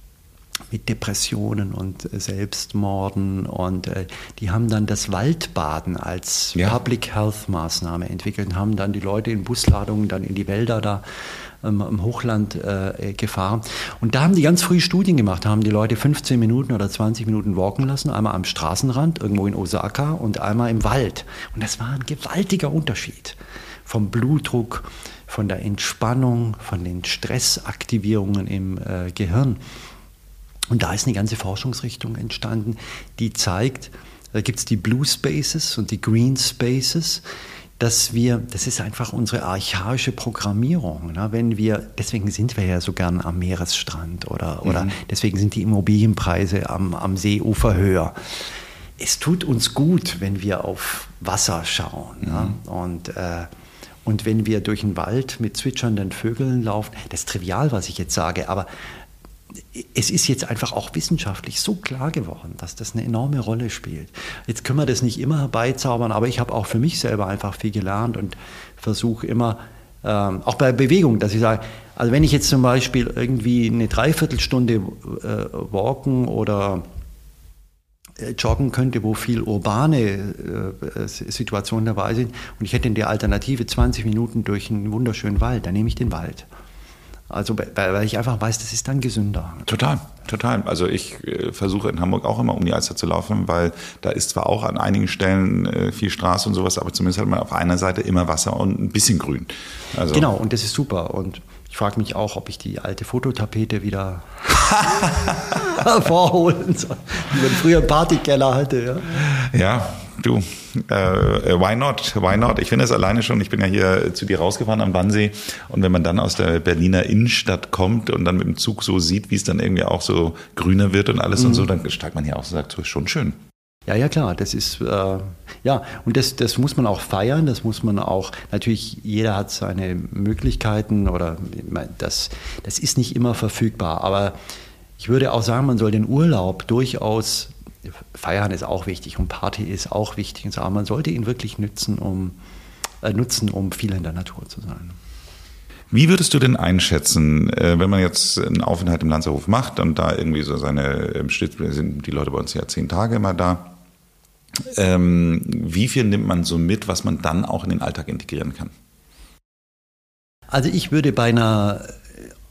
mit Depressionen und Selbstmorden und äh, die haben dann das Waldbaden als ja. Public Health Maßnahme entwickelt und haben dann die Leute in Busladungen dann in die Wälder da ähm, im Hochland äh, gefahren und da haben die ganz früh Studien gemacht, haben die Leute fünfzehn Minuten oder zwanzig Minuten walken lassen, einmal am Straßenrand irgendwo in Osaka und einmal im Wald und das war ein gewaltiger Unterschied vom Blutdruck, von der Entspannung, von den Stressaktivierungen im äh, Gehirn. Und da ist eine ganze Forschungsrichtung entstanden, die zeigt, da gibt es die Blue Spaces und die Green Spaces, dass wir, das ist einfach unsere archaische Programmierung. Ne? Wenn wir, deswegen sind wir ja so gern am Meeresstrand oder, mhm. oder deswegen sind die Immobilienpreise am, am Seeufer höher. Es tut uns gut, wenn wir auf Wasser schauen. Mhm. Ne? Und äh, Und wenn wir durch den Wald mit zwitschernden Vögeln laufen, das ist trivial, was ich jetzt sage, aber es ist jetzt einfach auch wissenschaftlich so klar geworden, dass das eine enorme Rolle spielt. Jetzt können wir das nicht immer herbeizaubern, aber ich habe auch für mich selber einfach viel gelernt und versuche immer, ähm, auch bei Bewegung, dass ich sage, also wenn ich jetzt zum Beispiel irgendwie eine Dreiviertelstunde äh, walken oder joggen könnte, wo viel urbane äh, Situationen dabei sind und ich hätte in der Alternative zwanzig Minuten durch einen wunderschönen Wald, dann nehme ich den Wald. Also weil ich einfach weiß, das ist dann gesünder. Total, total. Also ich äh, versuche in Hamburg auch immer um die Alster zu laufen, weil da ist zwar auch an einigen Stellen äh, viel Straße und sowas, aber zumindest hat man auf einer Seite immer Wasser und ein bisschen Grün. Also genau, und das ist super. Und ich frage mich auch, ob ich die alte Fototapete wieder vorholen soll, die man früher im Partykeller hatte. Ja, ja du, äh, why not? Why not? Ich finde es alleine schon, ich bin ja hier zu dir rausgefahren am Wannsee und wenn man dann aus der Berliner Innenstadt kommt und dann mit dem Zug so sieht, wie es dann irgendwie auch so grüner wird und alles mhm. und so, dann steigt man hier aus und sagt, so ist schon schön. Ja, ja, klar, das ist, äh, ja, und das, das muss man auch feiern, das muss man auch, natürlich, jeder hat seine Möglichkeiten oder das, das ist nicht immer verfügbar, aber ich würde auch sagen, man soll den Urlaub durchaus, feiern ist auch wichtig und Party ist auch wichtig, aber man sollte ihn wirklich nutzen, um, äh, nutzen, um viel in der Natur zu sein. Wie würdest du denn einschätzen, wenn man jetzt einen Aufenthalt im Lanzerhof macht und da irgendwie so seine, sind die Leute bei uns ja zehn Tage immer da, ähm, wie viel nimmt man so mit, was man dann auch in den Alltag integrieren kann? Also ich würde bei einer,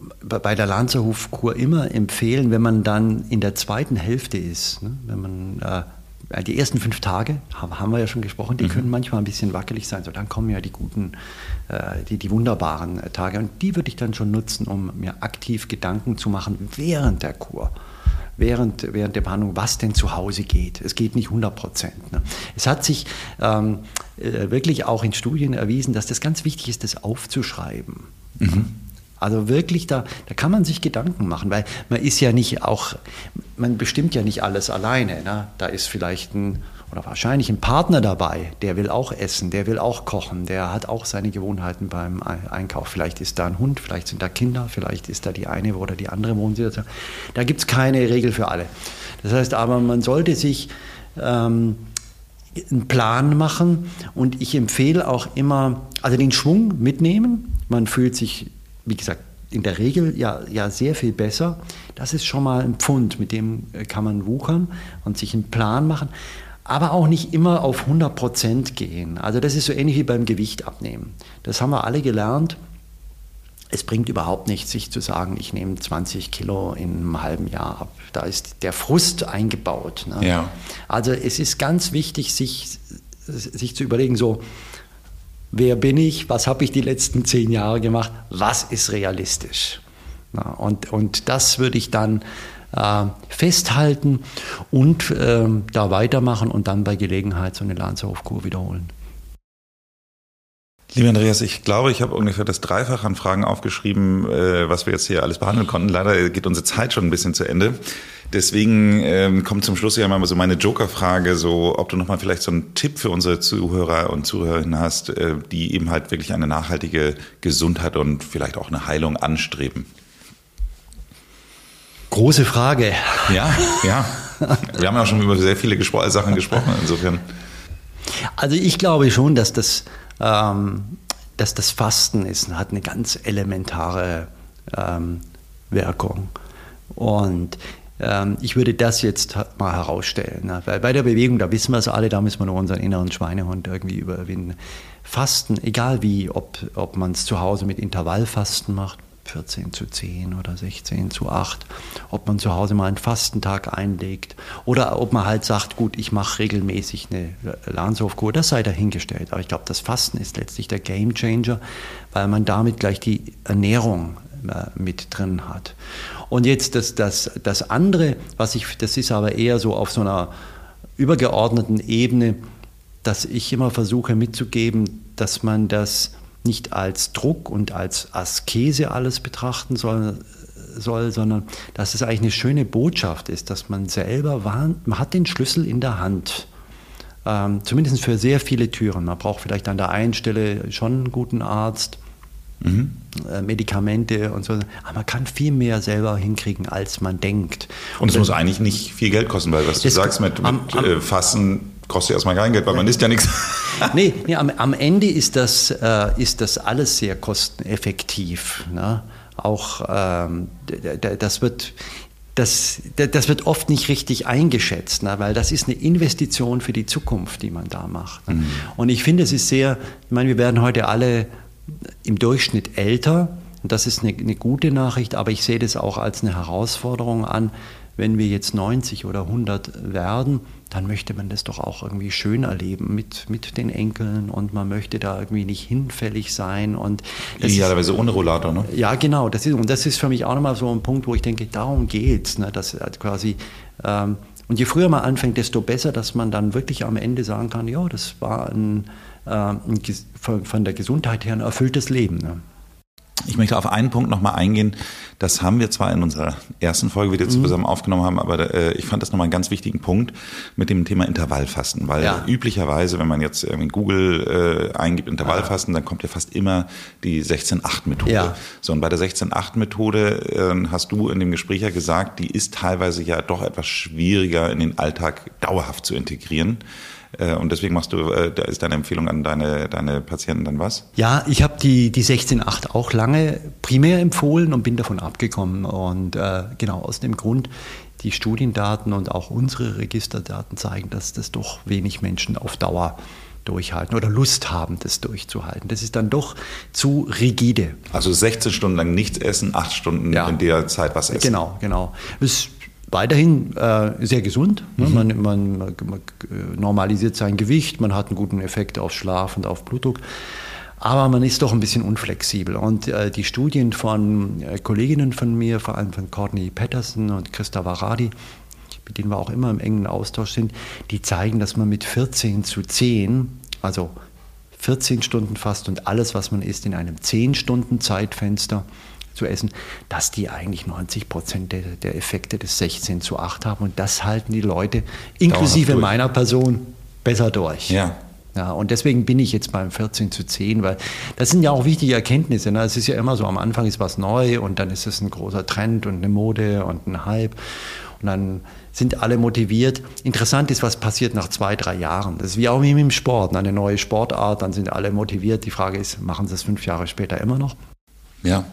bei der Lanzerhofkur immer empfehlen, wenn man dann in der zweiten Hälfte ist, ne, wenn man äh, die ersten fünf Tage, haben wir ja schon gesprochen, die mhm. können manchmal ein bisschen wackelig sein, so dann kommen ja die guten, äh, die, die wunderbaren Tage und die würde ich dann schon nutzen, um mir aktiv Gedanken zu machen während der Kur. Während, während der Behandlung, was denn zu Hause geht. Es geht nicht hundert Prozent. Ne? Es hat sich ähm, äh, wirklich auch in Studien erwiesen, dass das ganz wichtig ist, das aufzuschreiben. Mhm. Also wirklich, da, da kann man sich Gedanken machen, weil man ist ja nicht auch, man bestimmt ja nicht alles alleine. Ne? Da ist vielleicht ein, oder wahrscheinlich ein Partner dabei, der will auch essen, der will auch kochen, der hat auch seine Gewohnheiten beim Einkauf. Vielleicht ist da ein Hund, vielleicht sind da Kinder, vielleicht ist da die eine oder die andere Wohnsituation. Da gibt es keine Regel für alle. Das heißt aber, man sollte sich ähm, einen Plan machen und ich empfehle auch immer, also den Schwung mitnehmen. Man fühlt sich, wie gesagt, in der Regel ja, ja sehr viel besser. Das ist schon mal ein Pfund, mit dem kann man wuchern und sich einen Plan machen. Aber auch nicht immer auf hundert Prozent gehen. Also das ist so ähnlich wie beim Gewicht abnehmen. Das haben wir alle gelernt. Es bringt überhaupt nichts, sich zu sagen, ich nehme zwanzig Kilo in einem halben Jahr ab. Da ist der Frust eingebaut. Ne? Ja. Also es ist ganz wichtig, sich, sich zu überlegen, so, wer bin ich, was habe ich die letzten zehn Jahre gemacht, was ist realistisch? Na, und, und das würde ich dann äh, festhalten und äh, da weitermachen und dann bei Gelegenheit so eine Lanzerhofkur wiederholen. Lieber Andreas, ich glaube, ich habe ungefähr das Dreifache an Fragen aufgeschrieben, äh, was wir jetzt hier alles behandeln konnten. Leider geht unsere Zeit schon ein bisschen zu Ende. Deswegen ähm, kommt zum Schluss ja mal so meine Joker-Frage, so ob du nochmal vielleicht so einen Tipp für unsere Zuhörer und Zuhörerinnen hast, äh, die eben halt wirklich eine nachhaltige Gesundheit und vielleicht auch eine Heilung anstreben. Große Frage. Ja, ja. Wir haben ja auch schon über sehr viele Gespro- Sachen gesprochen, insofern. Also ich glaube schon, dass das, ähm, dass das Fasten ist, hat eine ganz elementare ähm, Wirkung. Und ähm, ich würde das jetzt mal herausstellen. Ne? Weil bei der Bewegung, da wissen wir es alle, da müssen wir nur unseren inneren Schweinehund irgendwie überwinden. Fasten, egal wie, ob, ob man es zu Hause mit Intervallfasten macht, vierzehn zu zehn oder sechzehn zu acht, ob man zu Hause mal einen Fastentag einlegt oder ob man halt sagt, gut, ich mache regelmäßig eine Lanzerhofkur, das sei dahingestellt. Aber ich glaube, das Fasten ist letztlich der Gamechanger, weil man damit gleich die Ernährung äh, mit drin hat. Und jetzt das, das, das andere, was ich, das ist aber eher so auf so einer übergeordneten Ebene, dass ich immer versuche mitzugeben, dass man das nicht als Druck und als Askese alles betrachten soll, soll, sondern dass es eigentlich eine schöne Botschaft ist, dass man selber, warnt, man hat den Schlüssel in der Hand, ähm, zumindest für sehr viele Türen. Man braucht vielleicht an der einen Stelle schon einen guten Arzt, mhm. äh, Medikamente und so, aber man kann viel mehr selber hinkriegen, als man denkt. Und es muss eigentlich nicht viel Geld kosten, weil was du sagst mit, mit am, am, äh, Fasten kostet erstmal kein Geld, weil man isst ja nichts. Nee, nee am, am Ende ist das, äh, ist das alles sehr kosteneffektiv. Ne? Auch ähm, das wird, das, das wird oft nicht richtig eingeschätzt, ne? Weil das ist eine Investition für die Zukunft, die man da macht. Ne? Mhm. Und ich finde, es ist sehr, ich meine, wir werden heute alle im Durchschnitt älter und das ist eine, eine gute Nachricht, aber ich sehe das auch als eine Herausforderung an. Wenn wir jetzt neunzig oder hundert werden, dann möchte man das doch auch irgendwie schön erleben mit, mit den Enkeln und man möchte da irgendwie nicht hinfällig sein. Und idealerweise ohne Rollator, ne? Ja, genau. Das ist, und das ist für mich auch nochmal so ein Punkt, wo ich denke, darum geht's. Ne, dass quasi, ähm, und je früher man anfängt, desto besser, dass man dann wirklich am Ende sagen kann, ja, das war ein, äh, ein von, von der Gesundheit her ein erfülltes Leben. Ne? Ich möchte auf einen Punkt nochmal eingehen. Das haben wir zwar in unserer ersten Folge wieder zusammen mhm. aufgenommen haben, aber äh, ich fand das nochmal einen ganz wichtigen Punkt mit dem Thema Intervallfasten. Weil ja. üblicherweise, wenn man jetzt in Google äh, eingibt Intervallfasten, dann kommt ja fast immer die sechzehn acht Methode. Ja. So, und bei der sechzehn acht Methode äh, hast du in dem Gespräch ja gesagt, die ist teilweise ja doch etwas schwieriger in den Alltag dauerhaft zu integrieren. Und deswegen machst du, da ist deine Empfehlung an deine, deine Patienten dann was? Ja, ich habe die, die sechzehn acht auch lange primär empfohlen und bin davon abgekommen. Und äh, genau aus dem Grund, die Studiendaten und auch unsere Registerdaten zeigen, dass das doch wenig Menschen auf Dauer durchhalten oder Lust haben, das durchzuhalten. Das ist dann doch zu rigide. Also sechzehn Stunden lang nichts essen, acht Stunden ja. in der Zeit was essen. Genau, genau. Das ist weiterhin äh, sehr gesund. Ne? Mhm. Man, man, man normalisiert sein Gewicht, man hat einen guten Effekt auf Schlaf und auf Blutdruck. Aber man ist doch ein bisschen unflexibel. Und äh, die Studien von äh, Kolleginnen von mir, vor allem von Courtney Patterson und Christa Varadi, mit denen wir auch immer im engen Austausch sind, die zeigen, dass man mit vierzehn zu zehn, also vierzehn Stunden fast und alles, was man isst, in einem zehn Stunden Zeitfenster zu essen, dass die eigentlich neunzig Prozent der, der Effekte des sechzehn zu acht haben. Und das halten die Leute, inklusive meiner Person, besser durch. Ja. Ja, und deswegen bin ich jetzt beim vierzehn zu zehn, weil das sind ja auch wichtige Erkenntnisse. Ne? Es ist ja immer so, am Anfang ist was neu und dann ist es ein großer Trend und eine Mode und ein Hype. Und dann sind alle motiviert. Interessant ist, was passiert nach zwei, drei Jahren. Das ist wie auch wie im Sport, eine neue Sportart, dann sind alle motiviert. Die Frage ist, machen sie es fünf Jahre später immer noch? Ja.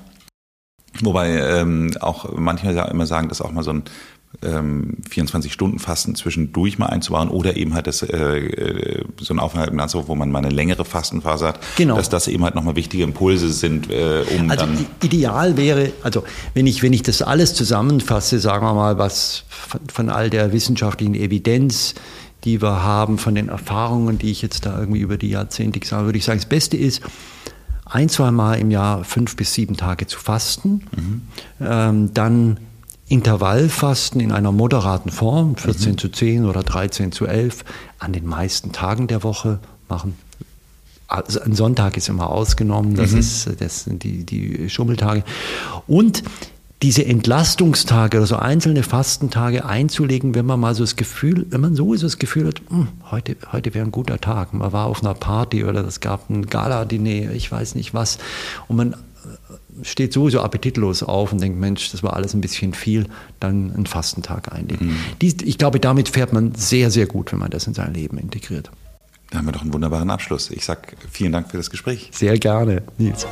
Wobei ähm, auch manchmal immer sagen, dass auch mal so ein ähm, vierundzwanzig-Stunden-Fasten zwischendurch mal einzubauen oder eben halt das, äh, so ein Aufenthalt im Landshof, wo man mal eine längere Fastenphase hat, genau. dass das eben halt nochmal wichtige Impulse sind, äh, um also dann... Ideal wäre, also wenn ich, wenn ich das alles zusammenfasse, sagen wir mal, was von, von all der wissenschaftlichen Evidenz, die wir haben, von den Erfahrungen, die ich jetzt da irgendwie über die Jahrzehnte gesagt habe, würde ich sagen, das Beste ist, ein, zwei Mal im Jahr fünf bis sieben Tage zu fasten, mhm. ähm, dann Intervallfasten in einer moderaten Form, vierzehn mhm. zu zehn oder dreizehn zu elf, an den meisten Tagen der Woche machen. Also ein Sonntag ist immer ausgenommen, das, mhm. ist, das sind die, die Schummeltage. Und diese Entlastungstage oder so einzelne Fastentage einzulegen, wenn man mal so das Gefühl, wenn man so das Gefühl hat, heute, heute wäre ein guter Tag. Man war auf einer Party oder es gab ein Gala-Diner, ich weiß nicht was. Und man steht sowieso appetitlos auf und denkt, Mensch, das war alles ein bisschen viel, dann einen Fastentag einlegen. Mhm. Dies, ich glaube, damit fährt man sehr, sehr gut, wenn man das in sein Leben integriert. Da haben wir doch einen wunderbaren Abschluss. Ich sage vielen Dank für das Gespräch. Sehr gerne, Nils.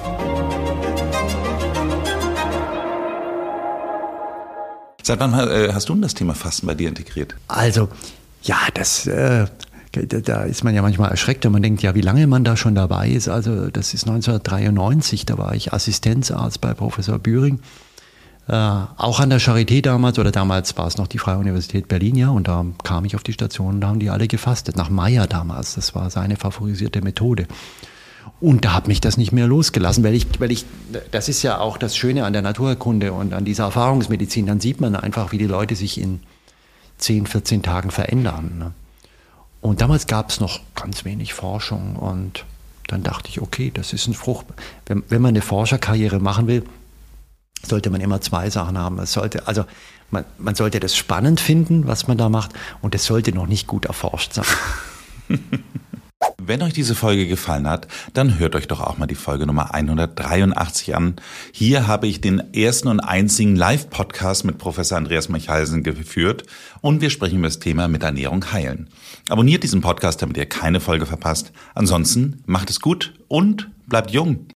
Seit wann äh, hast du denn das Thema Fasten bei dir integriert? Also, ja, das... Äh Da ist man ja manchmal erschreckt, wenn man denkt, ja, wie lange man da schon dabei ist. Also das ist neunzehnhundertdreiundneunzig, da war ich Assistenzarzt bei Professor Bühring. Äh, auch an der Charité damals, oder damals war es noch die Freie Universität Berlin, ja, und da kam ich auf die Station und da haben die alle gefastet. Nach Meyer damals, das war seine favorisierte Methode. Und da hat mich das nicht mehr losgelassen, weil ich, weil ich, das ist ja auch das Schöne an der Naturheilkunde und an dieser Erfahrungsmedizin, dann sieht man einfach, wie die Leute sich in zehn, vierzehn Tagen verändern, ne? Und damals gab es noch ganz wenig Forschung und dann dachte ich, okay, das ist ein Frucht. Wenn, wenn man eine Forscherkarriere machen will, sollte man immer zwei Sachen haben. Es sollte, also man, man sollte das spannend finden, was man da macht, und es sollte noch nicht gut erforscht sein. Wenn euch diese Folge gefallen hat, dann hört euch doch auch mal die Folge Nummer hundertdreiundachtzig an. Hier habe ich den ersten und einzigen Live-Podcast mit Professor Andreas Michalsen geführt und wir sprechen über das Thema mit Ernährung heilen. Abonniert diesen Podcast, damit ihr keine Folge verpasst. Ansonsten macht es gut und bleibt jung.